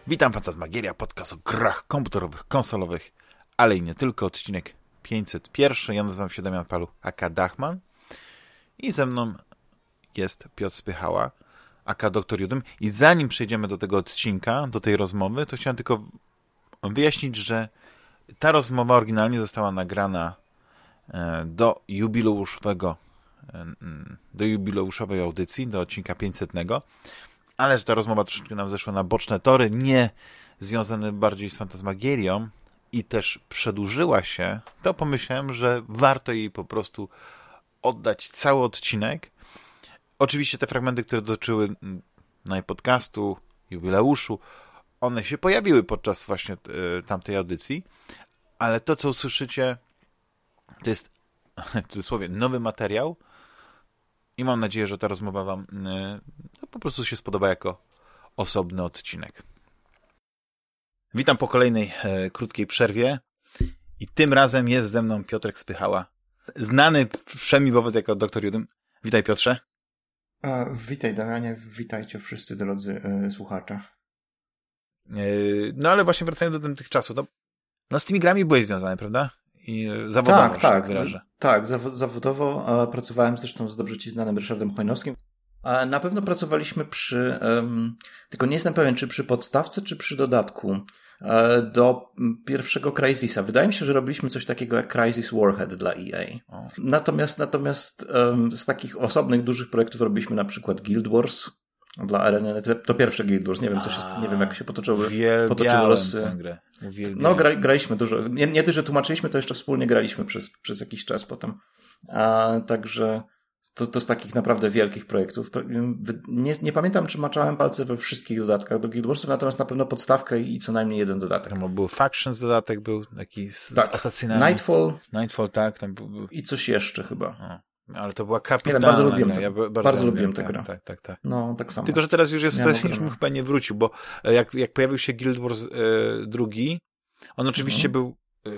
Witam, Fantasmagieria, podcast o grach komputerowych, konsolowych, ale i nie tylko, odcinek 501. Ja nazywam się Damian Paluch, aka Dachman i ze mną jest Piotr Spychała, aka Dr. Judym. I zanim przejdziemy do tego odcinka, do tej rozmowy, to chciałem tylko wyjaśnić, że ta rozmowa oryginalnie została nagrana do jubileuszowej audycji, do odcinka 500, ale że ta rozmowa troszeczkę nam zeszła na boczne tory, nie związane bardziej z fantasmagierią i też przedłużyła się, to pomyślałem, że warto jej po prostu oddać cały odcinek. Oczywiście te fragmenty, które dotyczyły podcastu, jubileuszu, one się pojawiły podczas właśnie tamtej audycji, ale to, co usłyszycie, to jest w cudzysłowie nowy materiał i mam nadzieję, że ta rozmowa wam po prostu się spodoba jako osobny odcinek. Witam po kolejnej krótkiej przerwie i tym razem jest ze mną Piotrek Spychała, znany wszemi wobec jako Dr. Judym. Witaj, Piotrze. Witaj, Damianie, witajcie wszyscy drodzy słuchacze. No ale właśnie wracając do tych czasów, no z tymi grami byłeś związany, prawda? I zawodowo, tak wyrażę. Tak, zawodowo pracowałem zresztą z dobrze ci znanym Ryszardem Chojnowskim. Na pewno pracowaliśmy przy, tylko nie jestem pewien, czy przy podstawce, czy przy dodatku do pierwszego Crysisa. Wydaje mi się, że robiliśmy coś takiego jak Crysis Warhead dla EA. Natomiast z takich osobnych, dużych projektów robiliśmy na przykład Guild Wars dla Areny. To pierwsze Guild Wars. Nie wiem, nie wiem, jak się potoczyły losy. Tę grę. No, graliśmy dużo. Nie tylko, że tłumaczyliśmy, to jeszcze wspólnie graliśmy przez jakiś czas potem. Także to z takich naprawdę wielkich projektów. Nie pamiętam, czy maczałem palce we wszystkich dodatkach do Guild Warsów, natomiast na pewno podstawkę i co najmniej jeden dodatek. Tam był Factions dodatek, był taki z asasynami. Nightfall, tak. Tam był... I coś jeszcze chyba. Ale to była kapitalna. Bardzo lubiłem gra. Ja bardzo lubiłem tę grę. Tak. No, tak samo. Tylko, że teraz już już chyba nie wrócił, bo jak pojawił się Guild Wars drugi, on oczywiście był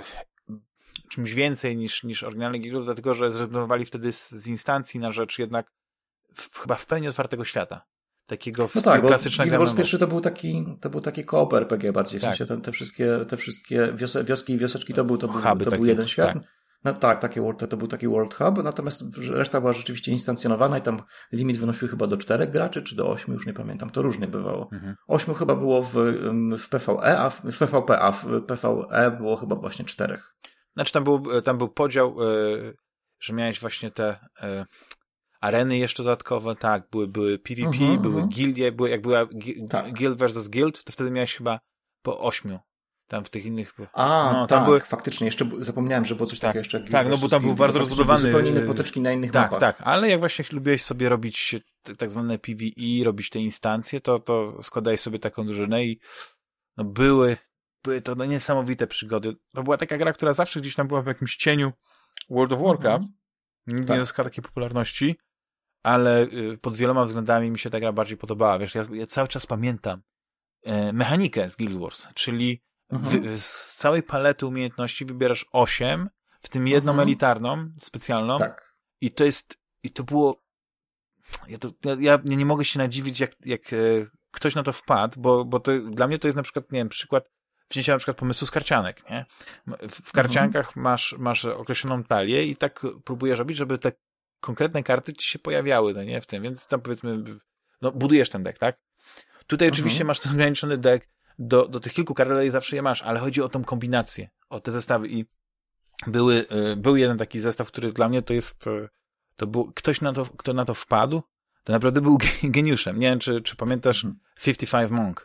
czymś więcej niż oryginalny Guild Wars, dlatego, że zrezygnowali wtedy z instancji na rzecz jednak chyba w pełni otwartego świata. Takiego klasycznego. Guild Wars pierwszy to był taki co-op RPG bardziej. W sensie te wszystkie wioski i wioseczki to był jeden świat. Tak. No tak, to był taki World Hub, natomiast reszta była rzeczywiście instancjonowana i tam limit wynosił chyba do 4 graczy, czy do 8, już nie pamiętam, to różnie bywało. 8 chyba było w PvE, w PvP, a w PvE było chyba właśnie 4. Znaczy tam był podział, że miałeś właśnie te areny jeszcze dodatkowe, tak, były PvP, były gildie, była Guild versus Guild, to wtedy miałeś chyba po 8. Tam w tych innych... faktycznie. Jeszcze zapomniałem, że było coś takiego jeszcze. Tak, no bo tam był bardzo rozbudowany... Zupełnie inne potyczki na innych mapach. Tak, ale jak właśnie lubiłeś sobie robić tak zwane PvE, robić te instancje, to składałeś sobie taką drużynę i były to niesamowite przygody. To była taka gra, która zawsze gdzieś tam była w jakimś cieniu World of Warcraft. Nigdy nie zyskała takiej popularności, ale pod wieloma względami mi się ta gra bardziej podobała. Wiesz, ja cały czas pamiętam mechanikę z Guild Wars, czyli z całej palety umiejętności wybierasz 8, w tym jedną elitarną, specjalną. Tak. I to było... Ja nie mogę się nadziwić, jak ktoś na to wpadł, bo to, dla mnie to jest na przykład, nie wiem, przykład wzięcia na przykład pomysłu z karcianek, nie? W karciankach masz określoną talię i tak próbujesz robić, żeby te konkretne karty ci się pojawiały, no nie? W tym, więc tam powiedzmy, budujesz ten deck, tak? Tutaj oczywiście masz ten ograniczony deck do tych kilku kart, ale zawsze je masz, ale chodzi o tą kombinację, o te zestawy i był jeden taki zestaw, który dla mnie to był ktoś kto na to wpadł, to naprawdę był geniuszem. Nie wiem, czy pamiętasz 55 Monk?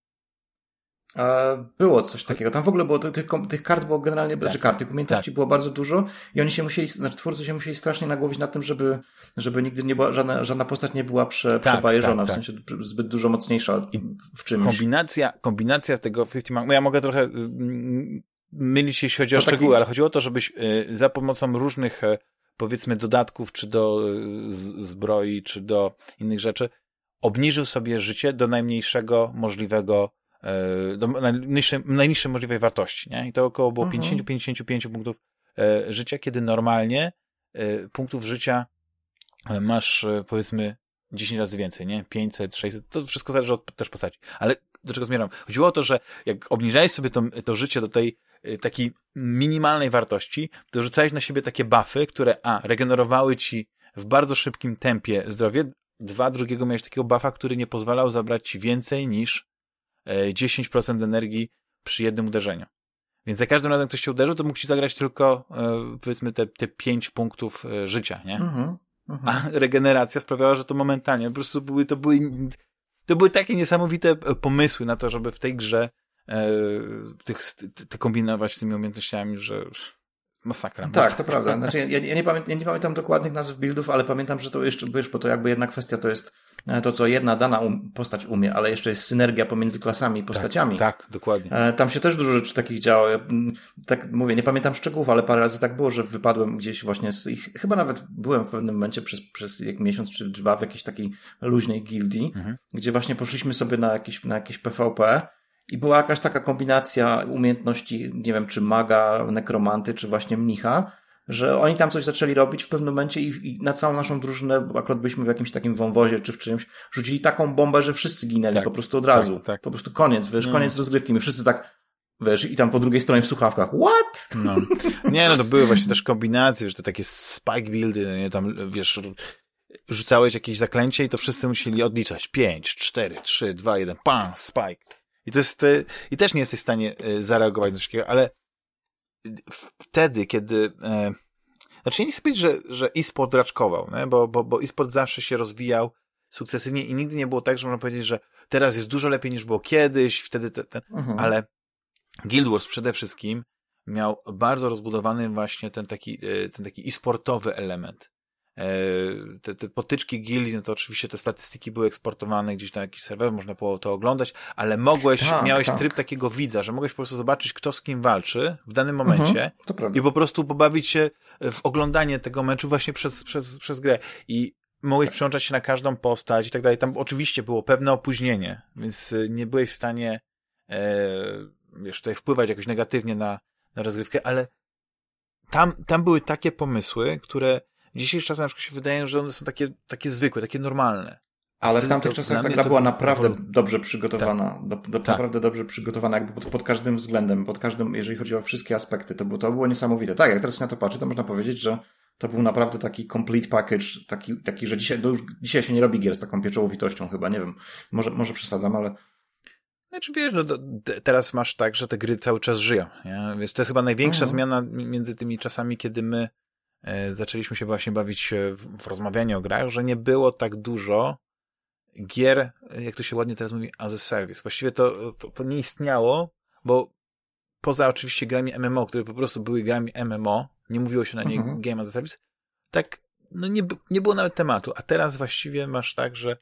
Było coś takiego. Tam w ogóle było tych kart było generalnie, tych umiejętności było bardzo dużo i oni się musieli, twórcy się musieli strasznie nagłowić na tym, żeby nigdy nie była, żadna postać nie była przebajeżona, w sensie zbyt dużo mocniejsza w czymś. Kombinacja tego 50 Monk, ja mogę trochę mylić się, jeśli chodzi o szczegóły, ale chodziło o to, żebyś za pomocą różnych powiedzmy dodatków, czy do zbroi, czy do innych rzeczy, obniżył sobie życie do najmniejszego możliwego do najniższej możliwej wartości, nie? I to około było 50-55 punktów życia, kiedy normalnie punktów życia masz powiedzmy 10 razy więcej, nie? 500, 600, to wszystko zależy od też postaci. Ale do czego zmierzam. Chodziło o to, że jak obniżałeś sobie to życie do tej takiej minimalnej wartości, to rzucałeś na siebie takie buffy, które regenerowały ci w bardzo szybkim tempie zdrowie, drugiego miałeś takiego buffa, który nie pozwalał zabrać ci więcej niż 10% energii przy jednym uderzeniu. Więc za każdym razem ktoś się uderzył, to mógł ci zagrać tylko, powiedzmy, te 5 punktów życia, nie? A regeneracja sprawiała, że to momentalnie, po prostu to były takie niesamowite pomysły na to, żeby w tej grze kombinować z tymi umiejętnościami, że masakra. Tak, to prawda. Znaczy, ja nie pamiętam dokładnych nazw buildów, ale pamiętam, że to jeszcze, bo to jakby jedna kwestia to jest to, co jedna dana postać umie, ale jeszcze jest synergia pomiędzy klasami i postaciami. Tak, dokładnie. Tam się też dużo rzeczy takich działo. Tak mówię, nie pamiętam szczegółów, ale parę razy tak było, że wypadłem gdzieś właśnie chyba nawet byłem w pewnym momencie przez miesiąc czy 2 w jakiejś takiej luźnej gildii, gdzie właśnie poszliśmy sobie na jakieś PvP i była jakaś taka kombinacja umiejętności, nie wiem, czy maga, nekromanty, czy właśnie mnicha, że oni tam coś zaczęli robić w pewnym momencie i na całą naszą drużynę, akurat byliśmy w jakimś takim wąwozie czy w czymś, rzucili taką bombę, że wszyscy ginęli po prostu od razu. Tak. Po prostu koniec, koniec rozgrywki. My wszyscy tak, i tam po drugiej stronie w słuchawkach, what? No. Nie, to były właśnie też kombinacje, że te takie spike buildy, nie, tam, rzucałeś jakieś zaklęcie i to wszyscy musieli odliczać. 5, 4, 3, 2, 1, pam, spike. I to jest, i też nie jesteś w stanie zareagować na coś takiego, ale wtedy, kiedy, znaczy nie chcę powiedzieć, że e-sport raczkował, nie? Bo e-sport zawsze się rozwijał sukcesywnie i nigdy nie było tak, że można powiedzieć, że teraz jest dużo lepiej niż było kiedyś, wtedy ale Guild Wars przede wszystkim miał bardzo rozbudowany właśnie ten taki e-sportowy element. Te potyczki gildii, no to oczywiście te statystyki były eksportowane gdzieś na jakiś serwer, można było to oglądać, ale miałeś tryb takiego widza, że mogłeś po prostu zobaczyć, kto z kim walczy w danym momencie i po prostu pobawić się w oglądanie tego meczu właśnie przez grę. I mogłeś przełączać się na każdą postać i tak dalej. Tam oczywiście było pewne opóźnienie, więc nie byłeś w stanie tutaj wpływać jakoś negatywnie na rozgrywkę, ale tam były takie pomysły, które w dzisiejszych czasach na przykład się wydaje, że one są takie zwykłe, takie normalne. Ale w tamtych czasach ta gra była naprawdę dobrze przygotowana. Naprawdę dobrze przygotowana jakby pod każdym względem, jeżeli chodzi o wszystkie aspekty. To było niesamowite. Tak, jak teraz na to patrzę, to można powiedzieć, że to był naprawdę taki complete package, taki że dzisiaj się nie robi gier z taką pieczołowitością chyba, nie wiem. Może przesadzam, ale znaczy wiesz, teraz masz tak, że te gry cały czas żyją. Nie? Więc to jest chyba największa zmiana między tymi czasami, kiedy my zaczęliśmy się właśnie bawić w rozmawianie o grach, że nie było tak dużo gier, jak to się ładnie teraz mówi, as a service. Właściwie to nie istniało, bo poza oczywiście grami MMO, które po prostu były grami MMO, nie mówiło się na nie game as a service, tak nie było nawet tematu. A teraz właściwie masz tak, że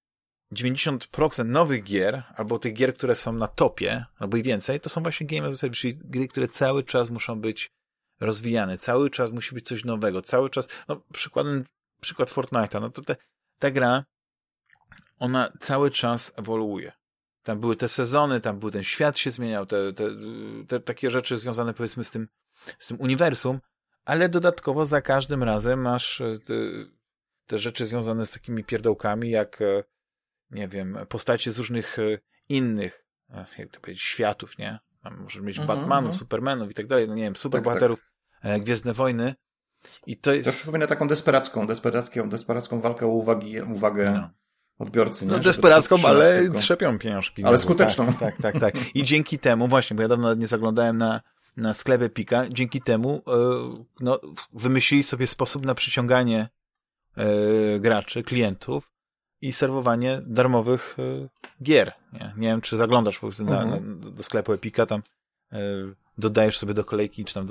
90% nowych gier, albo tych gier, które są na topie, albo i więcej, to są właśnie game as a service, czyli gry, które cały czas muszą być rozwijane, cały czas musi być coś nowego, cały czas, przykład Fortnite'a, no to ta gra, ona cały czas ewoluuje. Tam były te sezony, tam był ten świat się zmieniał, te takie rzeczy związane powiedzmy z tym uniwersum, ale dodatkowo za każdym razem masz te rzeczy związane z takimi pierdołkami, jak nie wiem, postacie z różnych innych, jak to powiedzieć, światów, nie? Tam możesz mieć Batmanów, Supermanów i tak dalej, no nie wiem, superbohaterów, Gwiezdne Wojny. I to jest... To przypomina taką desperacką walkę o uwagę odbiorcy. Nie? No desperacką, ale trzepią pieniążki. Ale skuteczną. Tak. I dzięki temu, właśnie, bo ja dawno nie zaglądałem na sklep Epika, dzięki temu wymyślili sobie sposób na przyciąganie graczy, klientów i serwowanie darmowych gier. Nie wiem, czy zaglądasz po prostu do sklepu Epika, tam dodajesz sobie do kolejki, czy tam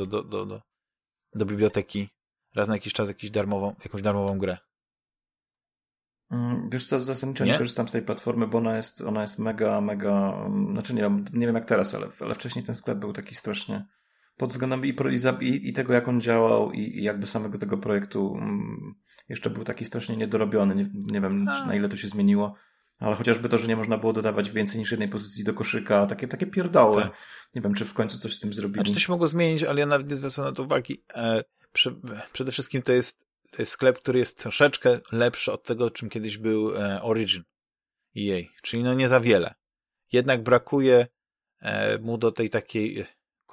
do biblioteki raz na jakiś czas jakąś darmową grę. Wiesz co, zasadniczo nie korzystam z tej platformy, bo ona jest mega, znaczy nie wiem jak teraz, ale wcześniej ten sklep był taki strasznie pod względem i tego, jak on działał i jakby samego tego projektu jeszcze był taki strasznie niedorobiony. Nie wiem, na ile to się zmieniło, ale chociażby to, że nie można było dodawać więcej niż jednej pozycji do koszyka, takie pierdoły. Tak. Nie wiem, czy w końcu coś z tym zrobili. Znaczy to się mogło zmienić, ale ja nawet nie zwracam na to uwagi. Przede wszystkim to jest sklep, który jest troszeczkę lepszy od tego, czym kiedyś był Origin EA, czyli nie za wiele. jednak brakuje mu do tej takiej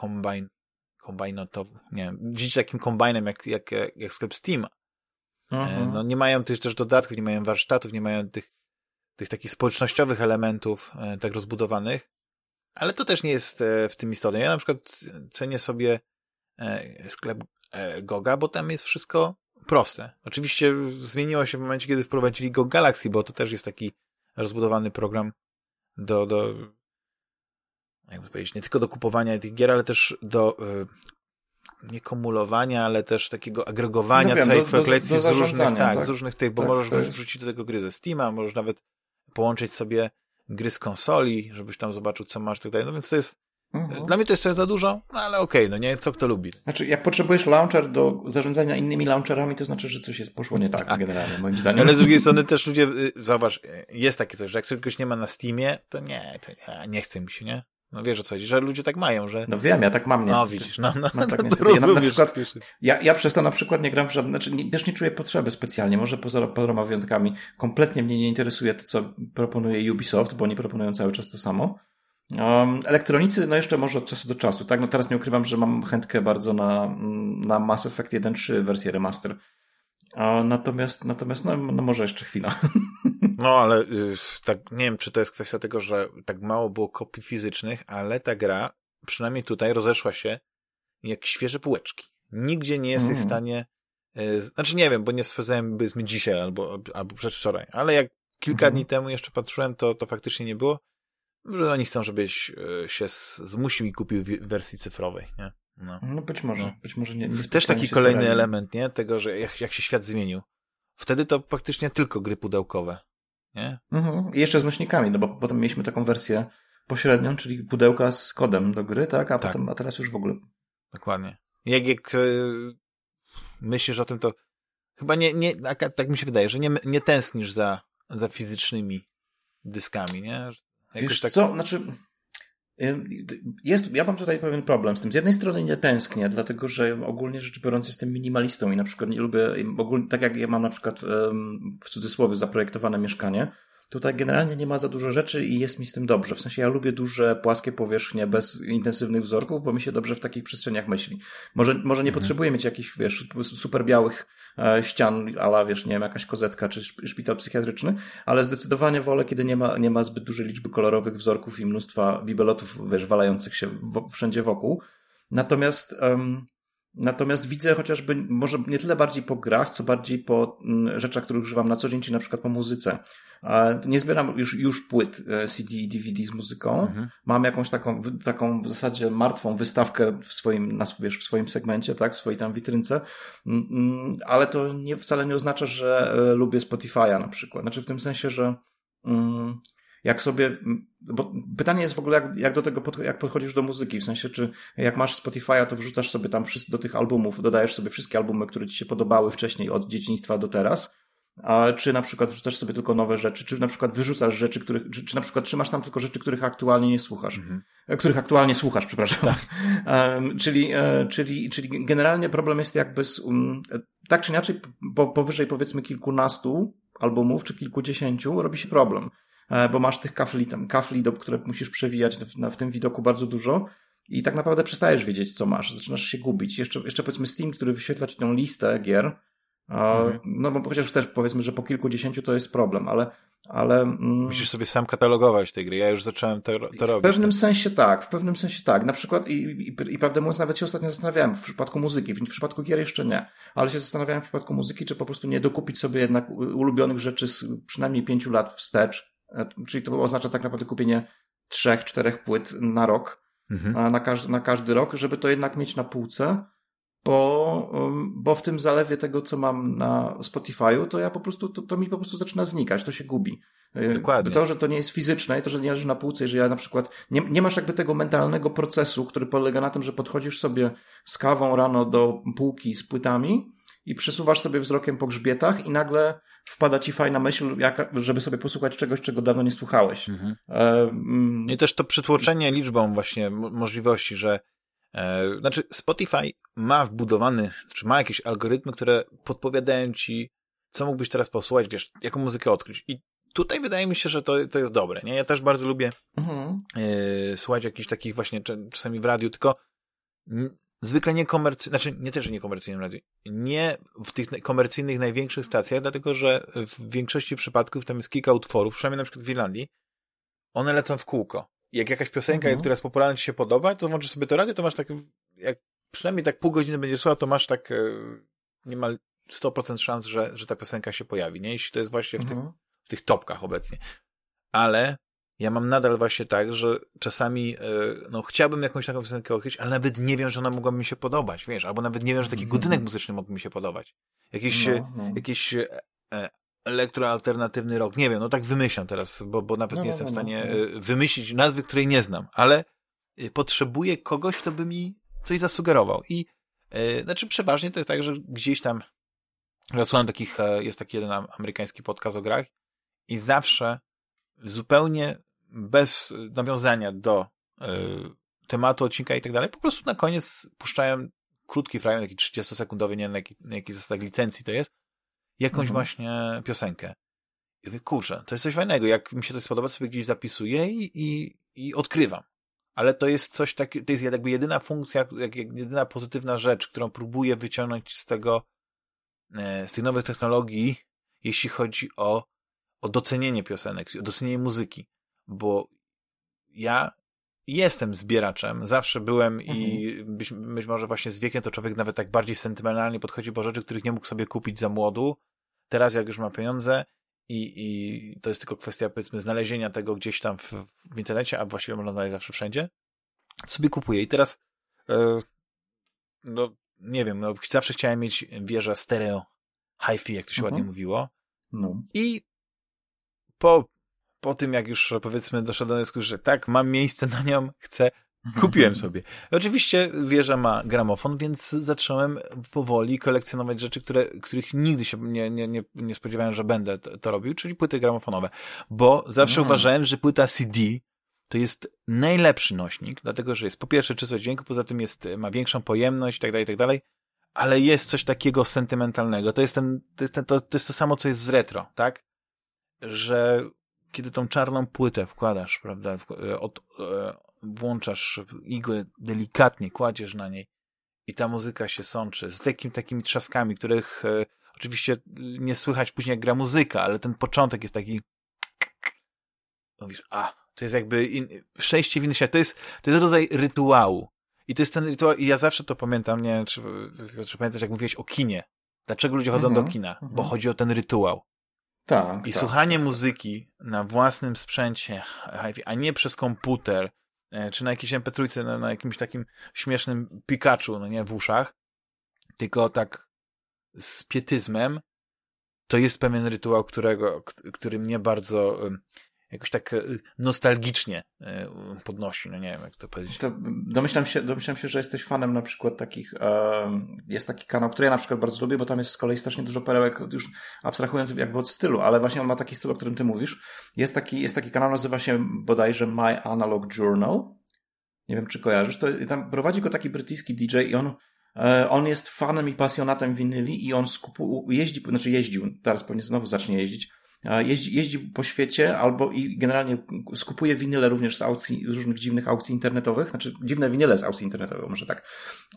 nie wiem, dziś takim kombajnem jak sklep Steam. No nie mają też dodatków, nie mają warsztatów, nie mają tych takich społecznościowych elementów tak rozbudowanych, ale to też nie jest w tym istotne. Ja na przykład cenię sobie sklep Goga, bo tam jest wszystko proste. Oczywiście zmieniło się w momencie, kiedy wprowadzili Go Galaxy, bo to też jest taki rozbudowany program do jakby powiedzieć, nie tylko do kupowania tych gier, ale też do nie kumulowania, ale też takiego agregowania całej kolekcji z różnych tych, bo możesz wrzucić do tego gry ze Steama, możesz nawet połączyć sobie gry z konsoli, żebyś tam zobaczył, co masz i tak dalej. No więc to jest dla mnie to jest trochę za dużo, no ale okej, no nie, co kto lubi. Znaczy, jak potrzebujesz launcher do zarządzania innymi launcherami, to znaczy, że coś poszło nie tak generalnie, moim zdaniem. Ale z drugiej strony też ludzie, zobacz, jest takie coś, że jak czegoś nie ma na Steamie, to nie chce mi się, nie? No wiesz o co chodzi, że ludzie tak mają, że... No wiem, ja tak mam niestety. No widzisz, tak niestety. Rozumiesz, na przykład, ja przez to na przykład nie gram w żadne, też nie czuję potrzeby specjalnie, może poza paroma wyjątkami. Kompletnie mnie nie interesuje to, co proponuje Ubisoft, bo oni proponują cały czas to samo. Elektronicy, no jeszcze może od czasu do czasu, tak? No teraz nie ukrywam, że mam chętkę bardzo na Mass Effect 1.3 wersję remaster. Natomiast no może jeszcze chwila. No, ale tak nie wiem, czy to jest kwestia tego, że tak mało było kopii fizycznych, ale ta gra, przynajmniej tutaj, rozeszła się jak świeże bułeczki. Nigdzie nie jesteś w stanie, znaczy nie wiem, bo nie sprawdzałem, powiedzmy dzisiaj albo przedwczoraj, ale jak kilka dni temu jeszcze patrzyłem, to faktycznie nie było. Że oni chcą, żebyś się zmusił i kupił w wersji cyfrowej, nie? No być może nie też taki kolejny element, nie? Tego, że jak się świat zmienił. Wtedy to praktycznie tylko gry pudełkowe, nie? I jeszcze z nośnikami, no bo potem mieliśmy taką wersję pośrednią, czyli pudełka z kodem do gry, tak? A teraz już w ogóle. Dokładnie. Jak myślisz o tym, to chyba tak mi się wydaje, że nie tęsknisz za fizycznymi dyskami, nie? Wiesz co, znaczy ja mam tutaj pewien problem z tym. Z jednej strony nie tęsknię, dlatego że ogólnie rzecz biorąc jestem minimalistą i na przykład nie lubię, tak jak ja mam na przykład w cudzysłowie zaprojektowane mieszkanie, tutaj generalnie nie ma za dużo rzeczy i jest mi z tym dobrze. W sensie ja lubię duże, płaskie powierzchnie bez intensywnych wzorków, bo mi się dobrze w takich przestrzeniach myśli. Może nie potrzebuję mieć jakichś, super białych ścian, a la, nie wiem, jakaś kozetka czy szpital psychiatryczny, ale zdecydowanie wolę, kiedy nie ma zbyt dużej liczby kolorowych wzorków i mnóstwa bibelotów, walających się wszędzie wokół. Natomiast widzę chociażby, może nie tyle bardziej po grach, co bardziej po rzeczach, których używam na co dzień, czy na przykład po muzyce. Nie zbieram już płyt CD i DVD z muzyką. Mam jakąś taką w zasadzie martwą wystawkę w swoim segmencie, tak, w swojej tam witrynce. Ale to wcale nie oznacza, że lubię Spotify'a na przykład. Znaczy w tym sensie, że jak sobie, bo pytanie jest w ogóle, jak do tego jak podchodzisz do muzyki, w sensie, czy jak masz Spotify'a, to wrzucasz sobie tam do tych albumów, dodajesz sobie wszystkie albumy, które ci się podobały wcześniej od dzieciństwa do teraz, czy na przykład wrzucasz sobie tylko nowe rzeczy, czy na przykład wyrzucasz rzeczy, czy na przykład trzymasz tam tylko rzeczy, których aktualnie nie słuchasz. Których aktualnie słuchasz, przepraszam. Tak. Czyli generalnie problem jest jakby tak czy inaczej powyżej powiedzmy kilkunastu albumów, czy kilkudziesięciu robi się problem. Bo masz tych kafli, które musisz przewijać w tym widoku bardzo dużo i tak naprawdę przestajesz wiedzieć, co masz. Zaczynasz się gubić. Jeszcze powiedzmy Steam, który wyświetla ci tę listę gier, no bo chociaż też powiedzmy, że po kilkudziesięciu to jest problem, ale musisz sobie sam katalogować te gry. Ja już zacząłem to robić. W pewnym sensie tak. Na przykład i prawdę mówiąc, nawet się ostatnio zastanawiałem w przypadku muzyki, w przypadku gier jeszcze nie, ale się zastanawiałem w przypadku muzyki, czy po prostu nie dokupić sobie jednak ulubionych rzeczy z przynajmniej 5 lat wstecz. Czyli to oznacza tak naprawdę kupienie 3-4 płyt na rok, na każdy rok, żeby to jednak mieć na półce, bo w tym zalewie tego, co mam na Spotify'u, to ja po prostu, to mi po prostu zaczyna znikać, to się gubi. Dokładnie. To, że to nie jest fizyczne i to, że nie leży na półce i że ja na przykład nie masz jakby tego mentalnego procesu, który polega na tym, że podchodzisz sobie z kawą rano do półki z płytami i przesuwasz sobie wzrokiem po grzbietach i nagle wpada ci fajna myśl, żeby sobie posłuchać czegoś, czego dawno nie słuchałeś. I też to przytłoczenie liczbą właśnie możliwości, że znaczy Spotify ma wbudowany, czy ma jakieś algorytmy, które podpowiadają ci, co mógłbyś teraz posłuchać, wiesz, jaką muzykę odkryć. I tutaj wydaje mi się, że to jest dobre, nie? Ja też bardzo lubię słuchać jakichś takich właśnie czasami w radiu, tylko zwykle niekomercyjnych, znaczy nie też, że niekomercyjnym radiu, nie w tych komercyjnych największych stacjach, dlatego że w większości przypadków tam jest kilka utworów, przynajmniej na przykład w Irlandii, one lecą w kółko. Jak jakaś piosenka, która jest popularna, ci się podoba, to włączysz sobie to radio, to masz tak, jak przynajmniej tak pół godziny będziesz słuchał, to masz tak niemal 100% szans, że ta piosenka się pojawi, nie? Jeśli to jest właśnie w tych topkach obecnie. Ale ja mam nadal właśnie tak, że czasami chciałbym jakąś taką piosenkę odkryć, ale nawet nie wiem, że ona mogłaby mi się podobać, wiesz, albo nawet nie wiem, że taki budynek muzyczny mógłby mi się podobać. Jakiś elektroalternatywny rock, nie wiem, tak wymyślam teraz, bo nawet nie jestem w stanie wymyślić nazwy, której nie znam, ale potrzebuję kogoś, kto by mi coś zasugerował i znaczy przeważnie to jest tak, że gdzieś tam ja słucham jest taki jeden amerykański podcast o grach i zawsze zupełnie bez nawiązania do tematu odcinka i tak dalej, po prostu na koniec puszczają krótki fragment, taki 30-sekundowy, nie wiem na jaki zasadzie licencji to jest, jakąś właśnie piosenkę. I mówię, kurczę, to jest coś fajnego, jak mi się coś spodoba, sobie gdzieś zapisuję i odkrywam. Ale to jest coś takiego, to jest jakby jedyna funkcja, jedyna pozytywna rzecz, którą próbuję wyciągnąć z tych nowych technologii, jeśli chodzi o docenienie piosenek, o docenienie muzyki. Bo ja jestem zbieraczem, zawsze byłem i być może właśnie z wiekiem to człowiek nawet tak bardziej sentymentalnie podchodzi do rzeczy, których nie mógł sobie kupić za młodu. Teraz jak już ma pieniądze i to jest tylko kwestia, powiedzmy, znalezienia tego gdzieś tam w internecie, a właściwie można znaleźć zawsze wszędzie, sobie kupuję. I teraz nie wiem, zawsze chciałem mieć wieżę stereo hi-fi, jak to się ładnie mówiło. I po tym, jak już powiedzmy doszedłem do wniosku, że tak, mam miejsce na nią, kupiłem sobie. Oczywiście wieża ma gramofon, więc zacząłem powoli kolekcjonować rzeczy, których nigdy się nie spodziewałem, że będę to robił, czyli płyty gramofonowe. Bo zawsze uważałem, że płyta CD to jest najlepszy nośnik, dlatego że jest po pierwsze czystość dźwięku, poza tym ma większą pojemność i tak dalej, ale jest coś takiego sentymentalnego. To jest to samo, co jest z retro, tak? Że kiedy tą czarną płytę wkładasz, prawda, włączasz igłę delikatnie, kładziesz na niej i ta muzyka się sączy z takimi trzaskami, których oczywiście nie słychać później jak gra muzyka, ale ten początek jest taki mówisz, to jest jakby przejście w inny świat. To jest rodzaj rytuału. I to jest ten rytuał, i ja zawsze to pamiętam, nie wiem, czy pamiętasz, jak mówiłeś o kinie. Dlaczego ludzie chodzą do kina? Bo chodzi o ten rytuał. Tak. I słuchanie muzyki na własnym sprzęcie, a nie przez komputer, czy na jakiejś MP3, na jakimś takim śmiesznym Pikachu, w uszach, tylko tak z pietyzmem, to jest pewien rytuał, który mnie bardzo jakoś tak nostalgicznie podnosi, nie wiem jak to powiedzieć. To domyślam się, że jesteś fanem na przykład takich, jest taki kanał, który ja na przykład bardzo lubię, bo tam jest z kolei strasznie dużo perełek, już abstrahując jakby od stylu, ale właśnie on ma taki styl, o którym ty mówisz. Jest taki kanał, nazywa się bodajże My Analog Journal. Nie wiem, czy kojarzysz. Tam prowadzi go taki brytyjski DJ i on jest fanem i pasjonatem winyli i on jeździł, teraz pewnie znowu zacznie jeździć, jeździ po świecie i generalnie skupuje winyle również z różnych dziwnych aukcji internetowych, znaczy dziwne winyle z aukcji internetowych, może tak.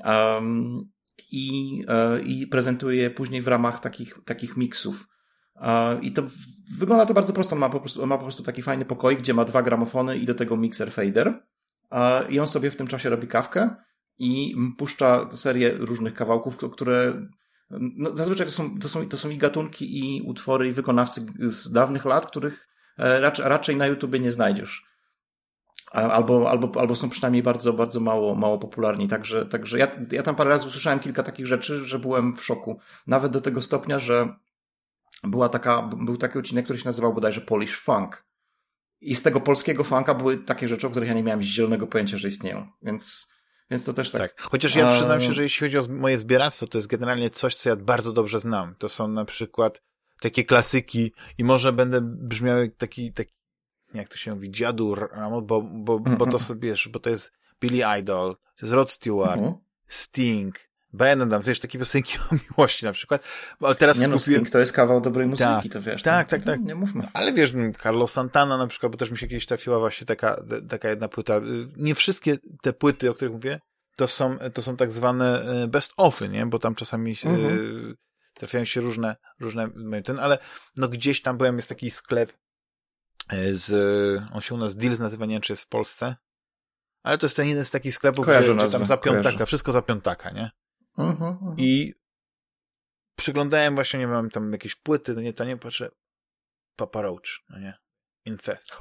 I prezentuje je później w ramach takich miksów. I to wygląda to bardzo prosto. On ma po prostu taki fajny pokoik, gdzie ma 2 gramofony i do tego mikser fader. I on sobie w tym czasie robi kawkę i puszcza serię różnych kawałków, które zazwyczaj to są i gatunki, i utwory, i wykonawcy z dawnych lat, których raczej na YouTubie nie znajdziesz. Albo są przynajmniej bardzo, bardzo mało popularni. Także ja tam parę razy usłyszałem kilka takich rzeczy, że byłem w szoku. Nawet do tego stopnia, że był taki odcinek, który się nazywał bodajże Polish Funk. I z tego polskiego funka były takie rzeczy, o których ja nie miałem zielonego pojęcia, że istnieją. Więc to też tak. Chociaż ja przyznam się, że jeśli chodzi o moje zbieractwo, to jest generalnie coś, co ja bardzo dobrze znam. To są na przykład takie klasyki i może będę brzmiał jak taki jak to się mówi, dziadu Ramo, bo to sobie, wiesz, bo to jest Billy Idol, to jest Rod Stewart, Sting, Brian Adams, wiesz, takie piosenki o miłości na przykład. Bo teraz nie no, Sting to jest kawał dobrej muzyki, to wiesz. Tak. Nie mówmy. Ale wiesz, Carlos Santana na przykład, bo też mi się kiedyś trafiła właśnie taka jedna płyta. Nie wszystkie te płyty, o których mówię, to są tak zwane best-ofy, nie? Bo tam czasami trafiają się różne ale no gdzieś tam byłem, jest taki sklep on się u nas Deals nazywa, nie wiem, czy jest w Polsce, ale to jest ten jeden z takich sklepów, gdzie tam za piątaka, wszystko za piątaka, nie? I przyglądałem właśnie, nie mam tam jakieś płyty, no nie, to nie patrzę, Papa Roach, no nie? Infest.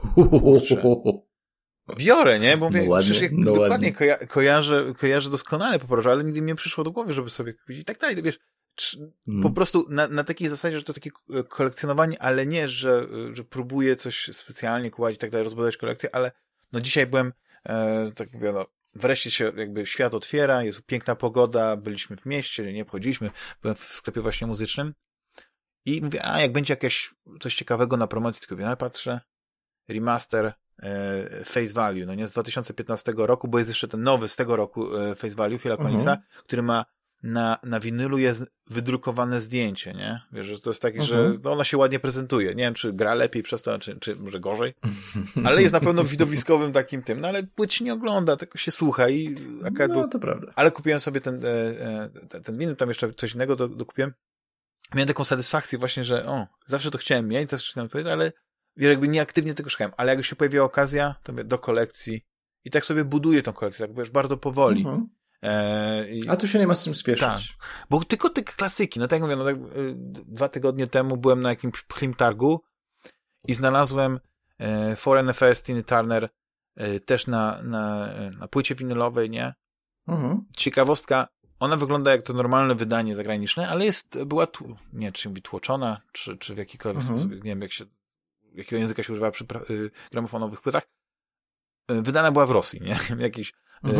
Biorę, nie? Bo mówię, przecież dokładnie kojarzę doskonale Papa Roach, ale nigdy mi nie przyszło do głowy, żeby sobie kupić i tak dalej, wiesz, po prostu na takiej zasadzie, że to takie kolekcjonowanie, ale nie, że próbuję coś specjalnie kupować i tak dalej, rozbudować kolekcję, ale no dzisiaj byłem, tak mówię, no wreszcie się jakby świat otwiera, jest piękna pogoda, byliśmy w mieście, nie wchodziliśmy, byłem w sklepie właśnie muzycznym i mówię, jak będzie jakieś coś ciekawego na promocji, tylko ja patrzę, remaster Face Value, no nie, z 2015 roku, bo jest jeszcze ten nowy z tego roku Face Value, Phila Collinsa, który ma na winylu jest wydrukowane zdjęcie, nie? Wiesz, że to jest takie, że no ona się ładnie prezentuje. Nie wiem, czy gra lepiej przez to, czy może gorzej, ale jest na pewno widowiskowym takim tym, no ale płyt się nie ogląda, tylko się słucha i no to prawda. Ale kupiłem sobie ten winyl, tam jeszcze coś innego dokupiłem. Miałem taką satysfakcję właśnie, że zawsze to chciałem mieć, zawsze chciałem powiedzieć, ale jakby nieaktywnie tego szukałem, ale jak się pojawiła okazja, to mówię, do kolekcji i tak sobie buduję tą kolekcję, tak wiesz, bardzo powoli. A tu się nie ma z czym spieszyć. Tak. Bo tylko te klasyki, no tak jak mówię, 2 tygodnie temu byłem na jakimś pchlim targu i znalazłem Foreign Affairs Tina Turner też na płycie winylowej, nie? Ciekawostka, ona wygląda jak to normalne wydanie zagraniczne, ale była nie, czy mówi tłoczona, czy w jakikolwiek sposób, nie wiem jakiego języka się używa przy gramofonowych płytach. Wydana była w Rosji, nie? Jakiś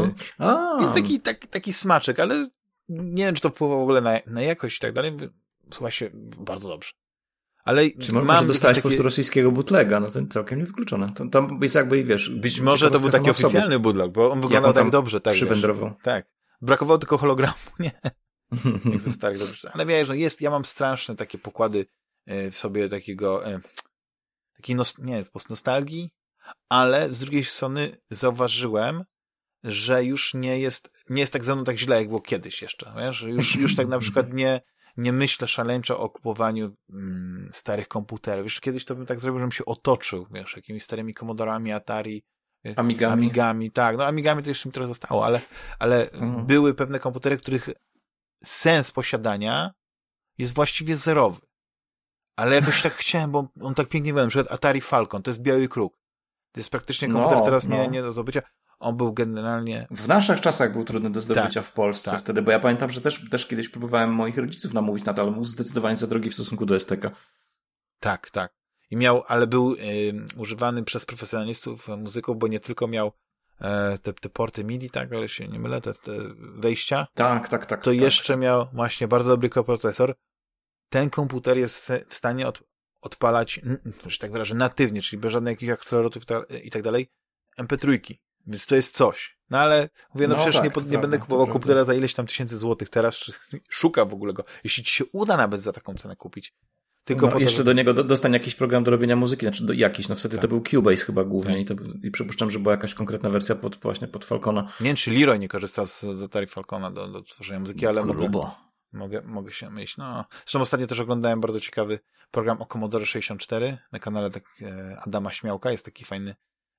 jest taki smaczek, ale nie wiem, czy to wpływa w ogóle na jakość i tak dalej. Słucha się bardzo dobrze. Ale czy może dostałeś po prostu rosyjskiego bootlega, no to całkiem niewykluczone. To jest jakby, wiesz... Być może to był taki oficjalny bootleg, bo on wyglądał tak dobrze. Tak, przywędrował. Tak. Brakowało tylko hologramu, nie? Jak ze starych dobrze. Ale wiesz, no ja mam straszne takie pokłady w sobie takiego takiej nostalgii, ale z drugiej strony zauważyłem, że już nie jest tak ze mną tak źle, jak było kiedyś jeszcze. Wiesz? Już tak na przykład nie myślę szaleńczo o kupowaniu starych komputerów. Wiesz, kiedyś to bym tak zrobił, żebym się otoczył, wiesz, jakimiś starymi Commodorami, Atari, Amigami. Tak, no Amigami to jeszcze mi trochę zostało, ale były pewne komputery, których sens posiadania jest właściwie zerowy. Ale jakoś tak chciałem, bo on tak pięknie wygląda. Na przykład Atari Falcon, to jest biały kruk. To jest praktycznie komputer teraz nie do zdobycia. On był generalnie... W naszych czasach był trudny do zdobycia w Polsce wtedy, bo ja pamiętam, że też kiedyś próbowałem moich rodziców namówić na to, ale był zdecydowanie za drogi w stosunku do STK. Tak. Ale był używany przez profesjonalistów, muzyków, bo nie tylko miał te porty MIDI, tak, ale się nie mylę, te wejścia. Tak. To jeszcze miał właśnie bardzo dobry koprocesor. Ten komputer jest w stanie odpalać, że tak wyrażę, natywnie, czyli bez żadnych jakichś akceleroratów i tak dalej, MP3. Więc to jest coś. No ale mówię, przecież nie będę kupował komputera za ileś tam tysięcy złotych teraz, czy szukam w ogóle go. Jeśli ci się uda nawet za taką cenę kupić. Tylko jeszcze do niego dostań jakiś program do robienia muzyki, wtedy to był Cubase chyba głównie i przypuszczam, że była jakaś konkretna wersja pod Falcona. Nie wiem, czy Leroy nie korzysta z Atari Falcona do tworzenia muzyki, ale mogę się myśleć. No. Zresztą ostatnio też oglądałem bardzo ciekawy program o Commodore 64 na kanale Adama Śmiałka. Jest taki fajny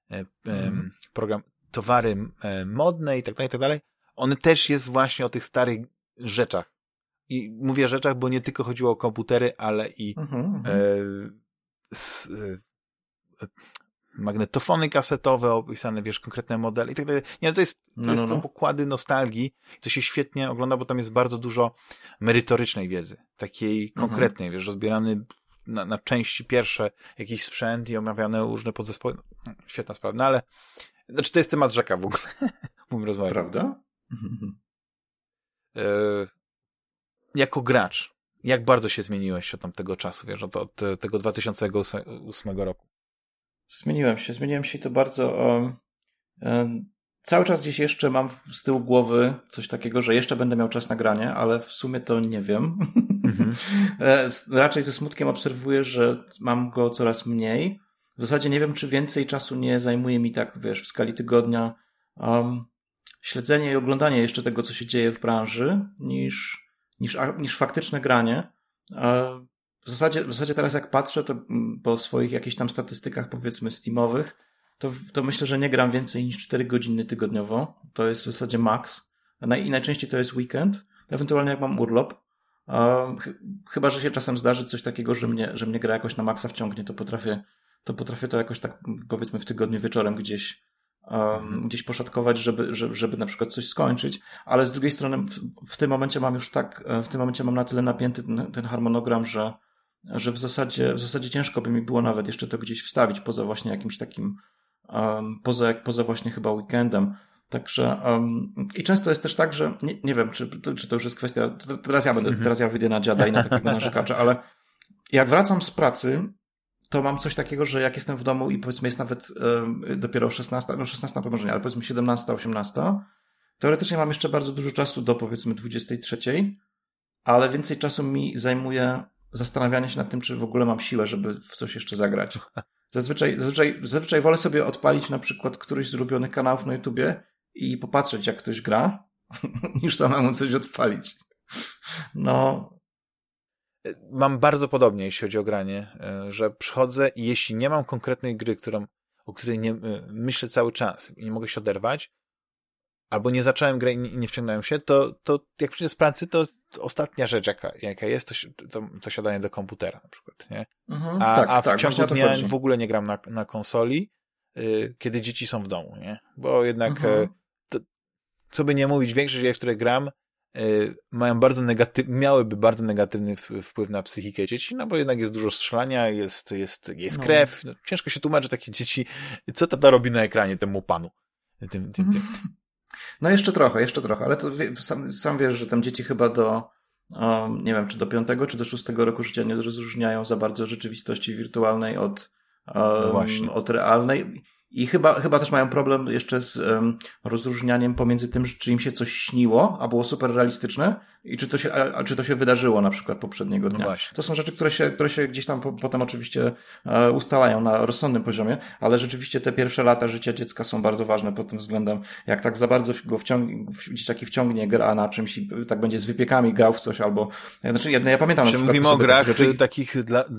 program towary modne i tak dalej. On też jest właśnie o tych starych rzeczach. I mówię rzeczach, bo nie tylko chodziło o komputery, ale i magnetofony kasetowe opisane, wiesz, konkretne modele i tak dalej. Nie, to jest to pokłady nostalgii. To się świetnie ogląda, bo tam jest bardzo dużo merytorycznej wiedzy. Takiej konkretnej, wiesz, rozbierany na części pierwsze jakiś sprzęt i omawiane różne podzespoły. Świetna sprawa. No ale to jest temat rzeka w ogóle. Mówimy rozmawiać. Prawda? Jako gracz, jak bardzo się zmieniłeś od tamtego czasu, wiesz, od tego 2008 roku? Zmieniłem się i to bardzo cały czas gdzieś jeszcze mam z tyłu głowy coś takiego, że jeszcze będę miał czas na granie, ale w sumie to nie wiem. Raczej ze smutkiem obserwuję, że mam go coraz mniej. W zasadzie nie wiem, czy więcej czasu nie zajmuje mi tak, w skali tygodnia śledzenie i oglądanie jeszcze tego, co się dzieje w branży, niż faktyczne granie. W zasadzie teraz jak patrzę, to po swoich jakichś tam statystykach, powiedzmy Steamowych, to myślę, że nie gram więcej niż 4 godziny tygodniowo. To jest w zasadzie maks. I najczęściej to jest weekend. Ewentualnie jak mam urlop. Chyba że się czasem zdarzy coś takiego, że mnie gra jakoś na maksa wciągnie, to potrafię to jakoś tak, powiedzmy, w tygodniu wieczorem gdzieś poszatkować, żeby na przykład coś skończyć, ale z drugiej strony w tym momencie mam na tyle napięty ten harmonogram, że w zasadzie ciężko by mi było nawet jeszcze to gdzieś wstawić poza właśnie jakimś takim poza właśnie chyba weekendem. Także i często jest też tak, że nie wiem, czy to już jest kwestia, teraz ja wyjdę na dziada i na takiego narzekacza, ale jak wracam z pracy, to mam coś takiego, że jak jestem w domu i powiedzmy jest nawet dopiero 16 może nie, ale powiedzmy 17, 18, teoretycznie mam jeszcze bardzo dużo czasu do powiedzmy 23, ale więcej czasu mi zajmuje zastanawianie się nad tym, czy w ogóle mam siłę, żeby w coś jeszcze zagrać. Zazwyczaj wolę sobie odpalić na przykład któryś z ulubionych kanałów na YouTubie i popatrzeć, jak ktoś gra, niż samemu coś odpalić. No. Mam bardzo podobnie, jeśli chodzi o granie, że przychodzę i jeśli nie mam konkretnej gry, o której nie myślę cały czas i nie mogę się oderwać, albo nie zacząłem grę i nie wciągnąłem się, to jak przyjdę z pracy, to ostatnia rzecz, jaka jest, to siadanie do komputera na przykład, nie? A w ciągu dnia w ogóle nie gram na konsoli, kiedy dzieci są w domu, nie? Bo jednak, co by nie mówić, większość gier, w które gram, miałyby bardzo negatywny wpływ na psychikę dzieci, no bo jednak jest dużo strzelania, jest krew, no, ciężko się tłumaczy takie dzieci, co tata robi na ekranie temu panu. Tym. No jeszcze trochę, ale to sam wiesz, że tam dzieci chyba nie wiem, czy do 5, czy do 6 roku życia nie rozróżniają za bardzo rzeczywistości wirtualnej od realnej. I chyba też mają problem jeszcze z rozróżnianiem pomiędzy tym, czy im się coś śniło, a było super realistyczne, i czy to się wydarzyło na przykład poprzedniego dnia. No to są rzeczy, które się gdzieś tam potem oczywiście ustalają na rozsądnym poziomie, ale rzeczywiście te pierwsze lata życia dziecka są bardzo ważne pod tym względem. Jak tak za bardzo go dzieciaki wciągnie, gra na czymś i tak będzie z wypiekami grał w coś, albo... Znaczy, ja pamiętam na przykład... Mówimy o grach takich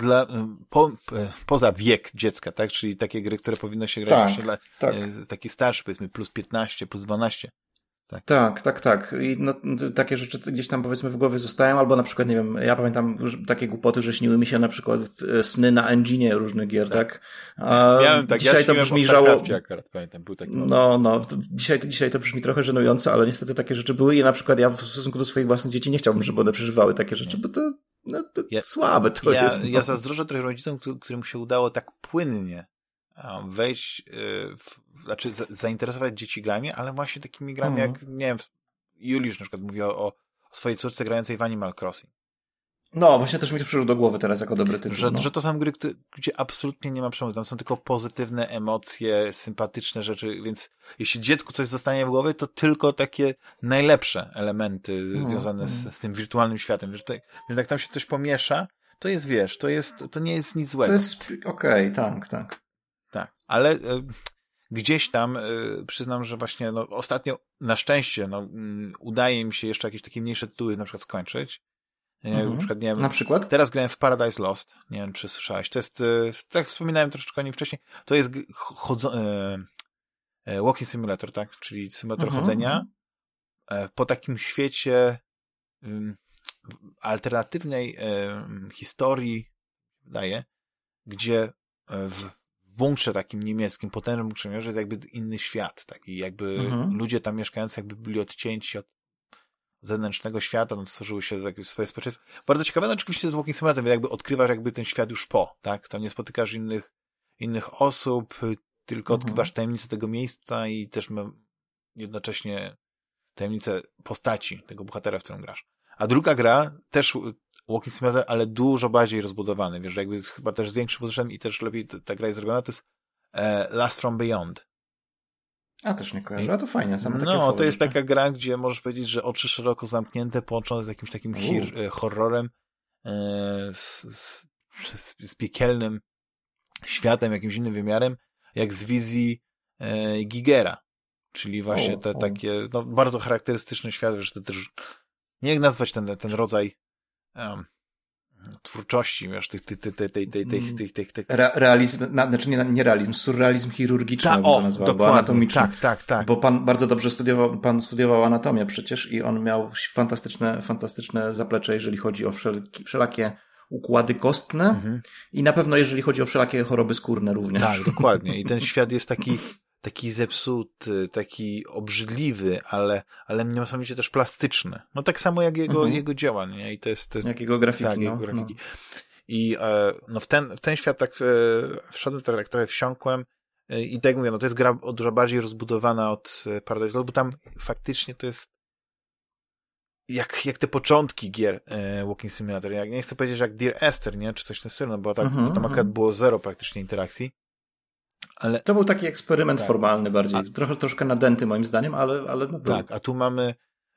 poza wiek dziecka, tak? Czyli takie gry, które powinno się grać właśnie dla taki starszy, powiedzmy, plus 15, plus 12. Tak. I no, takie rzeczy gdzieś tam powiedzmy w głowie zostają, albo na przykład, nie wiem, ja pamiętam takie głupoty, że śniły mi się na przykład sny na engine'ie różnych gier, tak? Miałem tak, dzisiaj to brzmi żałośnie. Akurat pamiętam, był taki dzisiaj to brzmi trochę żenująco, ale niestety takie rzeczy były i na przykład ja w stosunku do swoich własnych dzieci nie chciałbym, żeby one przeżywały takie rzeczy, bo to słabe to jest. Ja zazdroszczę trochę rodzicom, którym się udało tak płynnie wejść, zainteresować dzieci grami, ale właśnie takimi grami jak, nie wiem, Juliusz na przykład mówi o swojej córce grającej w Animal Crossing. No, właśnie też mi to przyszło do głowy teraz jako dobry tytuł. Że to są gry, gdzie absolutnie nie ma przemocy. Tam są tylko pozytywne emocje, sympatyczne rzeczy, więc jeśli dziecku coś zostanie w głowie, to tylko takie najlepsze elementy związane z tym wirtualnym światem. Więc jak tam się coś pomiesza, to jest, wiesz, to nie jest nic złego. To jest okej, tak. Tak, ale gdzieś tam przyznam, że właśnie ostatnio na szczęście udaje mi się jeszcze jakieś takie mniejsze tytuły na przykład skończyć. Na przykład, nie wiem, na przykład? Teraz grałem w Paradise Lost. Nie wiem, czy słyszałeś. To jest, tak jak wspominałem troszeczkę o nim wcześniej, to jest walking simulator, tak? Czyli symulator chodzenia po takim świecie alternatywnej historii, wydaje, gdzie w bunkrze takim niemieckim, potężnym bunkrze jest jakby inny świat, taki jakby ludzie tam mieszkający jakby byli odcięci od zewnętrznego świata, stworzyły się jakieś swoje społeczeństwo. Bardzo ciekawe, oczywiście z Walking Simulator, jakby odkrywasz jakby ten świat już tak? Tam nie spotykasz innych osób, tylko odkrywasz tajemnicę tego miejsca i też jednocześnie tajemnicę postaci tego bohatera, w którą grasz. A druga gra, też Walking Simulator, ale dużo bardziej rozbudowany, wiesz, jakby chyba też z większym budżetem i też lepiej ta gra jest zrobiona, to jest Last from Beyond. A też nie kojarzę, a to fajnie. Same takie No, to jest rzeczy. taka gra, gdzie możesz powiedzieć, że oczy szeroko zamknięte, połączone z jakimś takim horrorem, z piekielnym światem, jakimś innym wymiarem, jak z wizji Gigera. Czyli właśnie te takie, no, bardzo charakterystyczny świat, że to też, nie jak nazwać ten rodzaj twórczości, wiesz, tych realizm, znaczy nie realizm, surrealizm chirurgiczny, bym to nazwał, bo anatomiczny. Tak. Bo pan bardzo dobrze studiował anatomię przecież i on miał fantastyczne zaplecze, jeżeli chodzi o wszelakie układy kostne i na pewno jeżeli chodzi o wszelakie choroby skórne również. Tak, dokładnie. I ten świat jest taki zepsuty, taki obrzydliwy, ale niesamowicie też plastyczny. No tak samo jak jego dzieła, nie? I to jest jak jego grafiki. Tak, jego grafiki. No. I no w ten świat tak wszedłem, tak trochę wsiąkłem i tak jak mówię, no to jest gra dużo bardziej rozbudowana od Paradise Lost, bo tam faktycznie to jest jak te początki gier Walking Simulator. Ja nie chcę powiedzieć, że jak Dear Esther, nie? Czy coś w tym stylu, no bo tam akurat było zero praktycznie interakcji. Ale... To był taki eksperyment formalny bardziej. Troszkę nadęty moim zdaniem, ale no był. Tak, a tu mamy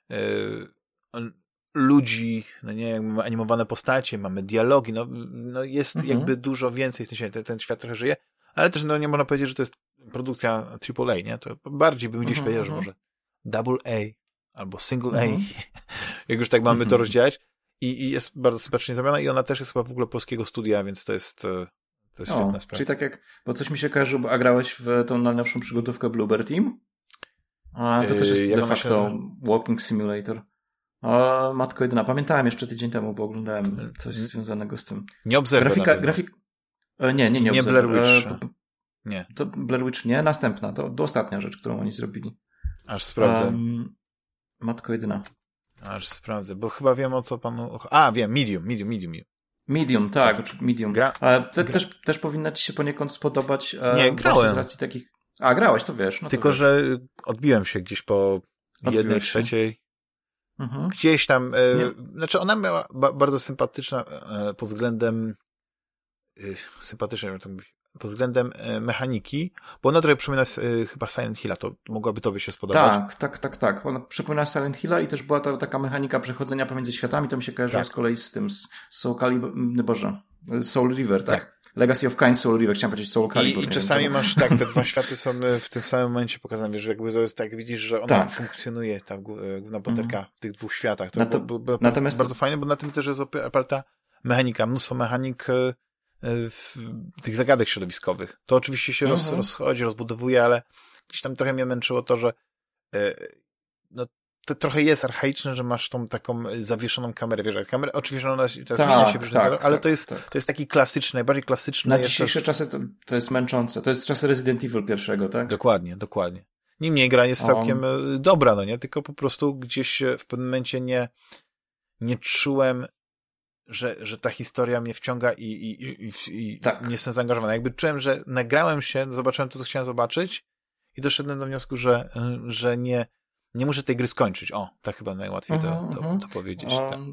ludzi, no nie, mamy animowane postacie, mamy dialogi, no jest jakby dużo więcej w tym świecie. Ten świat trochę żyje, ale też no nie można powiedzieć, że to jest produkcja AAA, nie? To bardziej bym gdzieś powiedział, że może Double A albo Single A, jak już tak mamy to rozdzielać. I jest bardzo sympatycznie zrobiona i ona też jest chyba w ogóle polskiego studia, więc to jest świetna sprawa. Czyli tak jak, bo coś mi się kojarzy, a grałeś w tą najnowszą przygodówkę Bluebird Team? A to też jest de facto Walking Simulator. Matko jedyna. Pamiętałem jeszcze tydzień temu, bo oglądałem coś związanego z tym. Nie Observer. Nie Blair Witch. Nie. To Blair Witch nie, następna. To ostatnia rzecz, którą oni zrobili. Aż sprawdzę. Matko jedyna. Aż sprawdzę, bo chyba wiem o co panu... wiem, Medium. Medium, tak. Medium. Też powinna ci się poniekąd spodobać. Nie, grałem. Z racji takich... grałeś, to wiesz. No tylko, to że odbiłem się gdzieś po 1/3. Gdzieś tam... Znaczy ona była bardzo sympatyczna pod względem pod względem mechaniki, bo ona trochę przypomina chyba Silent Hilla, to mogłaby tobie się spodobać. Tak. Ona przypomina Silent Hilla i też była taka mechanika przechodzenia pomiędzy światami, to mi się kojarzyło z kolei z tym, z Soul River, tak? Legacy of Kain, Soul River, chciałem powiedzieć Soul Calibur. I czasami masz, te dwa światy są w tym samym momencie pokazane, wiesz, że jakby to jest tak, widzisz, że ona funkcjonuje, ta główna bohaterka w tych dwóch światach. To było bardzo fajne, bo na tym też jest oparta mechanika, mnóstwo mechanik tych zagadek środowiskowych. To oczywiście się rozchodzi, rozbudowuje, ale gdzieś tam trochę mnie męczyło to, że to trochę jest archaiczne, że masz tą taką zawieszoną kamerę. Wiesz, kamera oczywiście ona zmienia się, ale to jest taki klasyczny, najbardziej klasyczny. Na dzisiejsze czasy to jest męczące. To jest czasy Resident Evil pierwszego, tak? Dokładnie. Niemniej gra jest całkiem dobra, no nie? Tylko po prostu gdzieś w pewnym momencie nie czułem, że ta historia mnie wciąga i nie jestem zaangażowany. Jakby czułem, że nagrałem się, zobaczyłem to, co chciałem zobaczyć i doszedłem do wniosku, że nie muszę tej gry skończyć. Tak chyba najłatwiej to powiedzieć.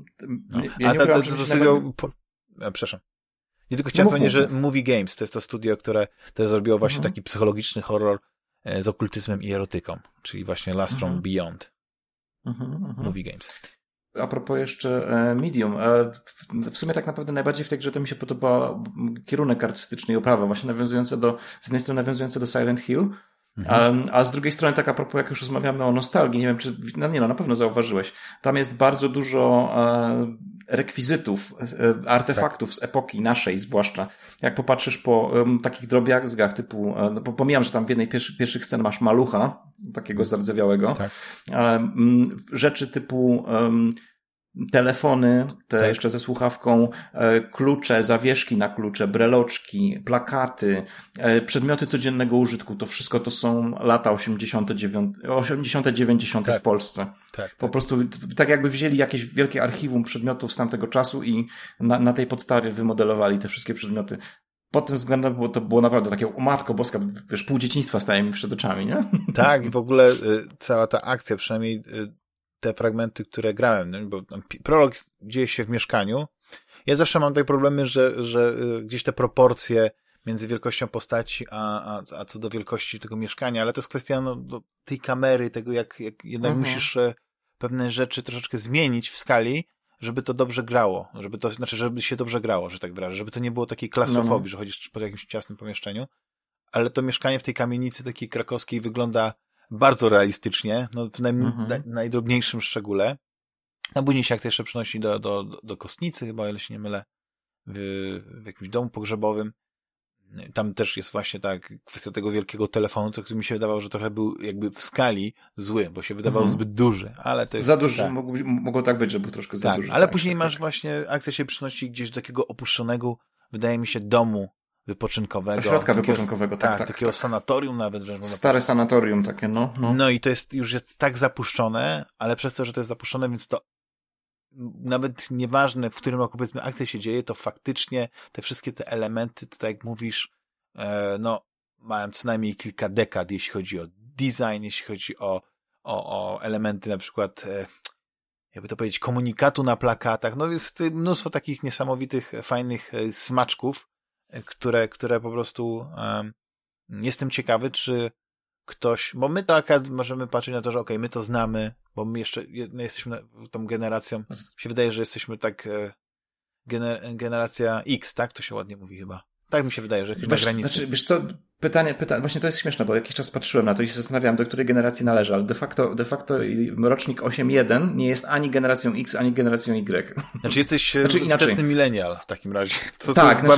Przepraszam. Nie tylko chciałem powiedzieć, że Movie Games to jest to studio, które też zrobiło właśnie taki psychologiczny horror z okultyzmem i erotyką, czyli właśnie Last from Beyond. Movie Games. A propos jeszcze Medium. W sumie tak naprawdę najbardziej w tej grze to mi się podoba kierunek artystyczny i oprawa, właśnie z jednej strony nawiązujące do Silent Hill, a z drugiej strony tak a propos, jak już rozmawiamy o nostalgii, nie wiem czy, na pewno zauważyłeś, tam jest bardzo dużo rekwizytów, artefaktów z epoki naszej zwłaszcza. Jak popatrzysz po takich drobiazgach typu, bo pomijam, że tam w jednej pierwszych scen masz malucha, takiego zardzewiałego, rzeczy typu telefony, jeszcze ze słuchawką, klucze, zawieszki na klucze, breloczki, plakaty, przedmioty codziennego użytku, to wszystko to są lata 80., 90. w Polsce. Po prostu tak jakby wzięli jakieś wielkie archiwum przedmiotów z tamtego czasu i na tej podstawie wymodelowali te wszystkie przedmioty. Pod tym względem to było naprawdę takie, o matko boska, wiesz, pół dzieciństwa staje mi przed oczami, nie? Tak, i w ogóle cała ta akcja, przynajmniej te fragmenty, które grałem, bo prolog dzieje się w mieszkaniu. Ja zawsze mam takie problemy, że gdzieś te proporcje między wielkością postaci, a co do wielkości tego mieszkania, ale to jest kwestia tej kamery, tego jak jednak musisz pewne rzeczy troszeczkę zmienić w skali, żeby to dobrze grało, żeby się dobrze grało, że tak wyrażę, żeby to nie było takiej klaustrofobii, że chodzisz po jakimś ciasnym pomieszczeniu, ale to mieszkanie w tej kamienicy takiej krakowskiej wygląda bardzo realistycznie, w najdrobniejszym szczególe. A później się akcja jeszcze przenosi do Kostnicy, chyba, o ile się nie mylę, w jakimś domu pogrzebowym. Tam też jest właśnie kwestia tego wielkiego telefonu, który mi się wydawał, że trochę był jakby w skali zły, bo się wydawał zbyt duży, ale to jest... Za duży, mogło tak być, że był troszkę za duży. Ale później masz właśnie, akcja się przynosi gdzieś do takiego opuszczonego, wydaje mi się, domu wypoczynkowego. Ośrodka wypoczynkowego, tak. Takiego sanatorium nawet. Stare sanatorium takie, no. No i to już jest tak zapuszczone, ale przez to, że to jest zapuszczone, więc to nawet nieważne, w którym roku, powiedzmy, akcja się dzieje, to faktycznie te wszystkie te elementy, to tak jak mówisz, mają co najmniej kilka dekad, jeśli chodzi o design, jeśli chodzi o elementy na przykład, jakby to powiedzieć, komunikatu na plakatach. No jest mnóstwo takich niesamowitych, fajnych smaczków, które po prostu jestem ciekawy, czy ktoś, bo my to akurat możemy patrzeć na to, że okej, my to znamy, bo my jeszcze jesteśmy tą generacją, się wydaje, że jesteśmy tak generacja X, tak? To się ładnie mówi chyba. Tak mi się wydaje, że na granicy. Znaczy, wiesz co, pytanie, właśnie to jest śmieszne, bo jakiś czas patrzyłem na to i się zastanawiałem, do której generacji należy, ale de facto rocznik 8.1 nie jest ani generacją X, ani generacją Y. Znaczy jesteś wczesny millennial w takim razie. To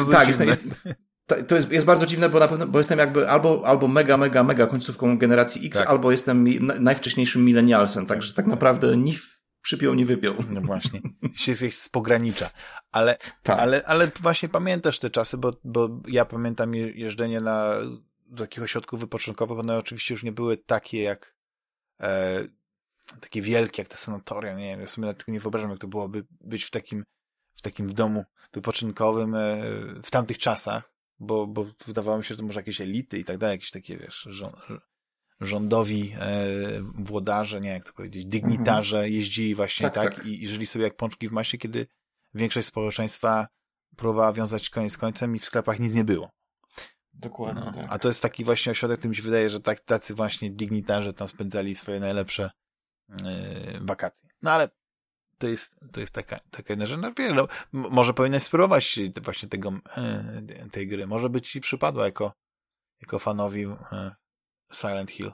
jest bardzo dziwne, bo jestem jakby albo mega końcówką generacji X, albo jestem najwcześniejszym millennialsem, także tak naprawdę ni przypiął, nie wypiął. No właśnie. Jesteś z pogranicza. Ale właśnie pamiętasz te czasy, bo ja pamiętam jeżdżenie do takich ośrodków wypoczynkowych, one oczywiście już nie były takie jak takie wielkie, jak te sanatoria, nie wiem, ja sobie nawet tylko nie wyobrażam, jak to byłoby być w takim domu wypoczynkowym w tamtych czasach, bo wydawało mi się, że to może jakieś elity i tak dalej, jakieś takie, wiesz, rządowi włodarze, nie jak to powiedzieć, dygnitarze jeździli właśnie tak. I żyli sobie jak pączki w masie, kiedy większość społeczeństwa próbowała wiązać koniec z końcem i w sklepach nic nie było. Dokładnie, tak. A to jest taki właśnie ośrodek, który mi się wydaje, że tacy właśnie dygnitarze tam spędzali swoje najlepsze wakacje. No ale to jest taka jedna rzecz. No, może powinnaś spróbować właśnie tej gry. Może by ci przypadła jako fanowi Silent Hill.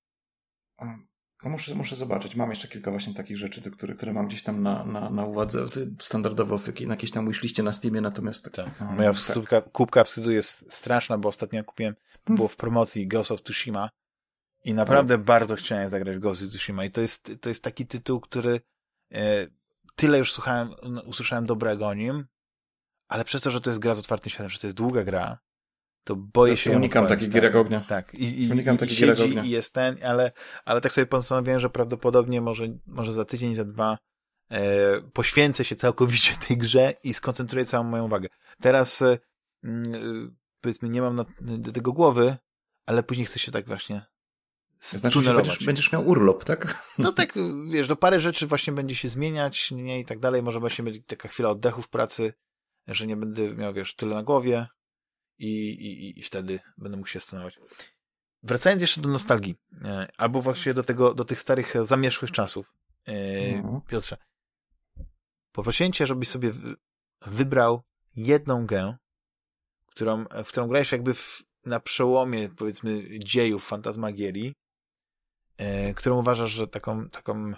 No muszę zobaczyć. Mam jeszcze kilka właśnie takich rzeczy, które mam gdzieś tam na uwadze. Standardowo na jakiejś tam wishliście na Steamie, natomiast... Tak. Moja kubka wstydu jest straszna, bo ostatnio kupiłem, było w promocji Ghost of Tsushima i naprawdę bardzo chciałem zagrać w Ghost of Tsushima i to jest taki tytuł, który tyle już usłyszałem dobrego o nim, ale przez to, że to jest gra z otwartym światem, że to jest długa gra, to boję się... Unikam takich gier jak ognia. Tak. I siedzi i jest ale tak sobie postanowiłem, że prawdopodobnie może za tydzień, za dwa poświęcę się całkowicie tej grze i skoncentruję całą moją uwagę. Teraz powiedzmy nie mam do tego głowy, ale później chcę się tak właśnie stunelować. Znaczy, będziesz miał urlop, tak? No tak, wiesz, parę rzeczy właśnie będzie się zmieniać, nie, i tak dalej. Może właśnie będzie taka chwila oddechu w pracy, że nie będę miał, wiesz, tyle na głowie i wtedy będę mógł się stanować. Wracając jeszcze do nostalgii, albo właściwie do tych starych, zamierzchłych czasów. Piotrze, poprosiłem cię, żebyś sobie wybrał jedną grę, w którą grałeś jakby na przełomie, powiedzmy, dziejów Fantasmagierii, którą uważasz, że taką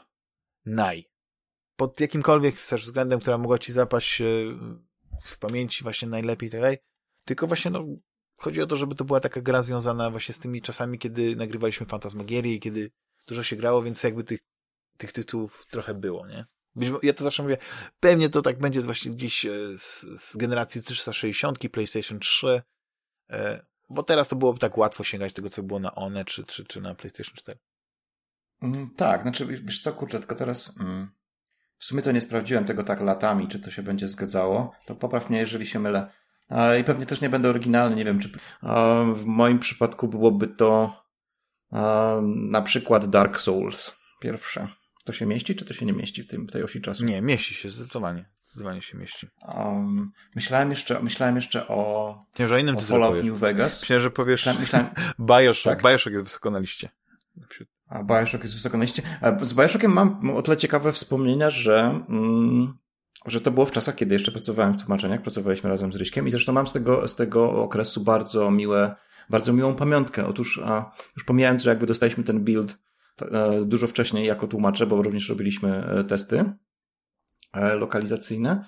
pod jakimkolwiek chcesz względem, która mogła ci zapaść w pamięci właśnie najlepiej i tak dalej. Tylko właśnie, chodzi o to, żeby to była taka gra związana właśnie z tymi czasami, kiedy nagrywaliśmy Fantasmagierię i kiedy dużo się grało, więc jakby tych tytułów trochę było, nie? Ja to zawsze mówię, pewnie to tak będzie właśnie gdzieś z generacji 360, PlayStation 3, bo teraz to byłoby tak łatwo sięgać tego, co było na One czy na PlayStation 4. Tak, znaczy, wiesz co, kurczę, tylko teraz w sumie to nie sprawdziłem tego tak latami, czy to się będzie zgadzało, to popraw mnie, jeżeli się mylę. I pewnie też nie będę oryginalny, nie wiem, czy w moim przypadku byłoby to na przykład Dark Souls pierwsze. To się mieści, czy to się nie mieści w tej osi czasu? Nie, mieści się, zdecydowanie. zdecydowanie się mieści. Myślałem jeszcze o Innym o Fallout New Vegas. Myślałem, że powiesz Bioshock. Tak. Bioshock jest wysoko na liście. A Bioshock jest wysoko na liście. Z Bioshockiem mam o tyle ciekawe wspomnienia, że to było w czasach, kiedy jeszcze pracowałem w tłumaczeniach, pracowaliśmy razem z Ryśkiem i zresztą mam z tego okresu bardzo miłą pamiątkę. Otóż już pomijając, że jakby dostaliśmy ten build dużo wcześniej jako tłumacze, bo również robiliśmy testy lokalizacyjne,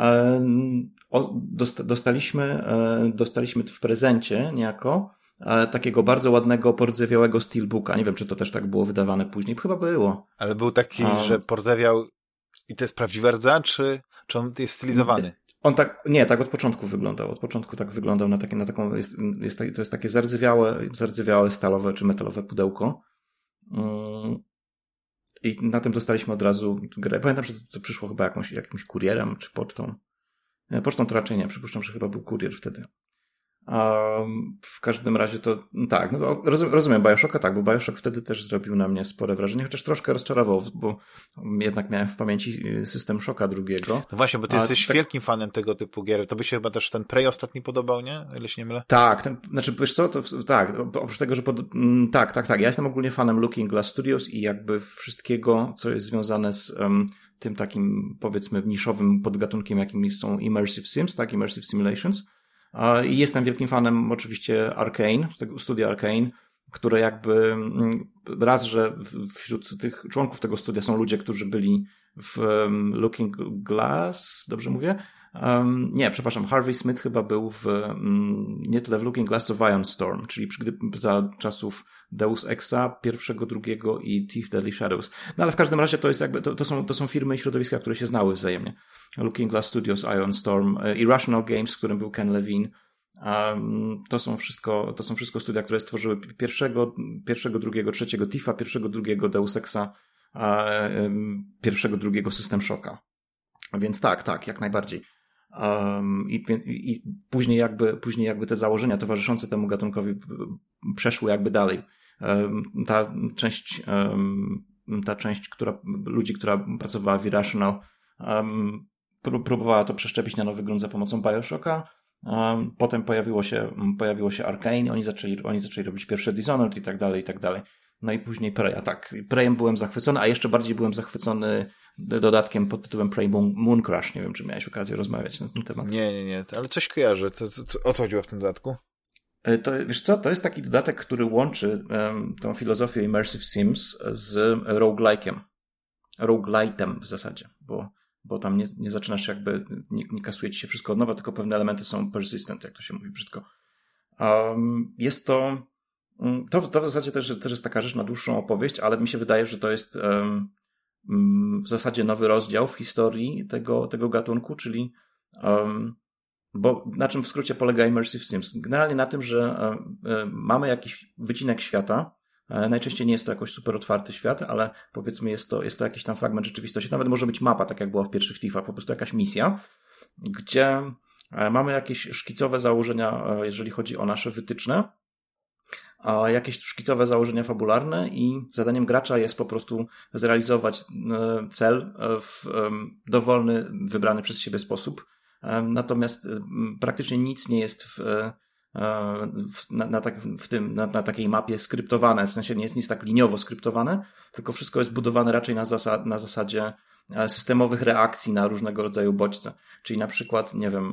dostaliśmy w prezencie niejako takiego bardzo ładnego, pordzewiałego steelbooka. Nie wiem, czy to też tak było wydawane później. Chyba było. Ale był taki, że pordzewiał i to jest prawdziwy rdza, czy on jest stylizowany? On tak od początku wyglądał. Od początku tak wyglądał na taką, to jest takie zardzewiałe stalowe czy metalowe pudełko. I na tym dostaliśmy od razu grę. Pamiętam, że to przyszło chyba jakimś kurierem czy pocztą. Nie, pocztą to raczej nie. Przypuszczam, że chyba był kurier wtedy. W każdym razie to tak, no rozumiem Bioshocka, tak, bo Bioshock wtedy też zrobił na mnie spore wrażenie, chociaż troszkę rozczarował, bo jednak miałem w pamięci System Shocka drugiego. No właśnie, bo ty jesteś wielkim fanem tego typu gier. To by się chyba też ten Prey ostatni podobał, nie? O ile się nie mylę. Tak, znaczy wiesz co, tak, oprócz tego, że tak. Ja jestem ogólnie fanem Looking Glass Studios i jakby wszystkiego, co jest związane z tym takim, powiedzmy, niszowym podgatunkiem, jakim są Immersive Sims, tak, Immersive Simulations. I jestem wielkim fanem oczywiście Arcane, z tego studia Arcane, które jakby raz, że wśród tych członków tego studia są ludzie, którzy byli w Looking Glass, dobrze mówię? Nie, przepraszam, Harvey Smith chyba był nie tyle w Looking Glass, co w Iron Storm, czyli za czasów Deus Exa, pierwszego, drugiego i Thief Deadly Shadows. No ale w każdym razie to jest jakby, to są firmy i środowiska, które się znały wzajemnie. Looking Glass Studios, Iron Storm, Irrational Games, w którym był Ken Levine. To są wszystko studia, które stworzyły pierwszego, drugiego, trzeciego Thiefa, pierwszego, drugiego Deus Exa, pierwszego, drugiego System Shocka. Więc tak, jak najbardziej. I później jakby te założenia towarzyszące temu gatunkowi przeszły jakby dalej. Ta część ludzi, która pracowała w Irrational, próbowała to przeszczepić na nowy grunt za pomocą Bioshocka. Potem pojawiło się Arcane, oni zaczęli robić pierwsze Dishonored i tak dalej. No i później Prey. Tak, Preyem byłem zachwycony, a jeszcze bardziej byłem zachwycony dodatkiem pod tytułem Prey Moon Crash. Nie wiem, czy miałeś okazję rozmawiać na ten temat. Nie, ale coś kojarzę. O co chodziło w tym dodatku? To, wiesz co, to jest taki dodatek, który łączy tą filozofię Immersive Sims z roguelite'em w zasadzie, bo tam nie zaczynasz jakby, nie kasuje ci się wszystko od nowa, tylko pewne elementy są persistent, jak to się mówi brzydko. Jest to w zasadzie też jest taka rzecz na dłuższą opowieść, ale mi się wydaje, że to jest w zasadzie nowy rozdział w historii tego gatunku, czyli bo na czym w skrócie polega Immersive Sims? Generalnie na tym, że mamy jakiś wycinek świata. Najczęściej nie jest to jakoś super otwarty świat, ale powiedzmy jest to jakiś tam fragment rzeczywistości. Nawet może być mapa, tak jak była w pierwszych Thiefach, po prostu jakaś misja, gdzie mamy jakieś szkicowe założenia, jeżeli chodzi o nasze wytyczne, jakieś szkicowe założenia fabularne i zadaniem gracza jest po prostu zrealizować cel w dowolny, wybrany przez siebie sposób. Natomiast praktycznie nic nie jest na takiej mapie skryptowane, w sensie nie jest nic tak liniowo skryptowane, tylko wszystko jest budowane raczej na zasadzie systemowych reakcji na różnego bodźce. Czyli na przykład, nie wiem,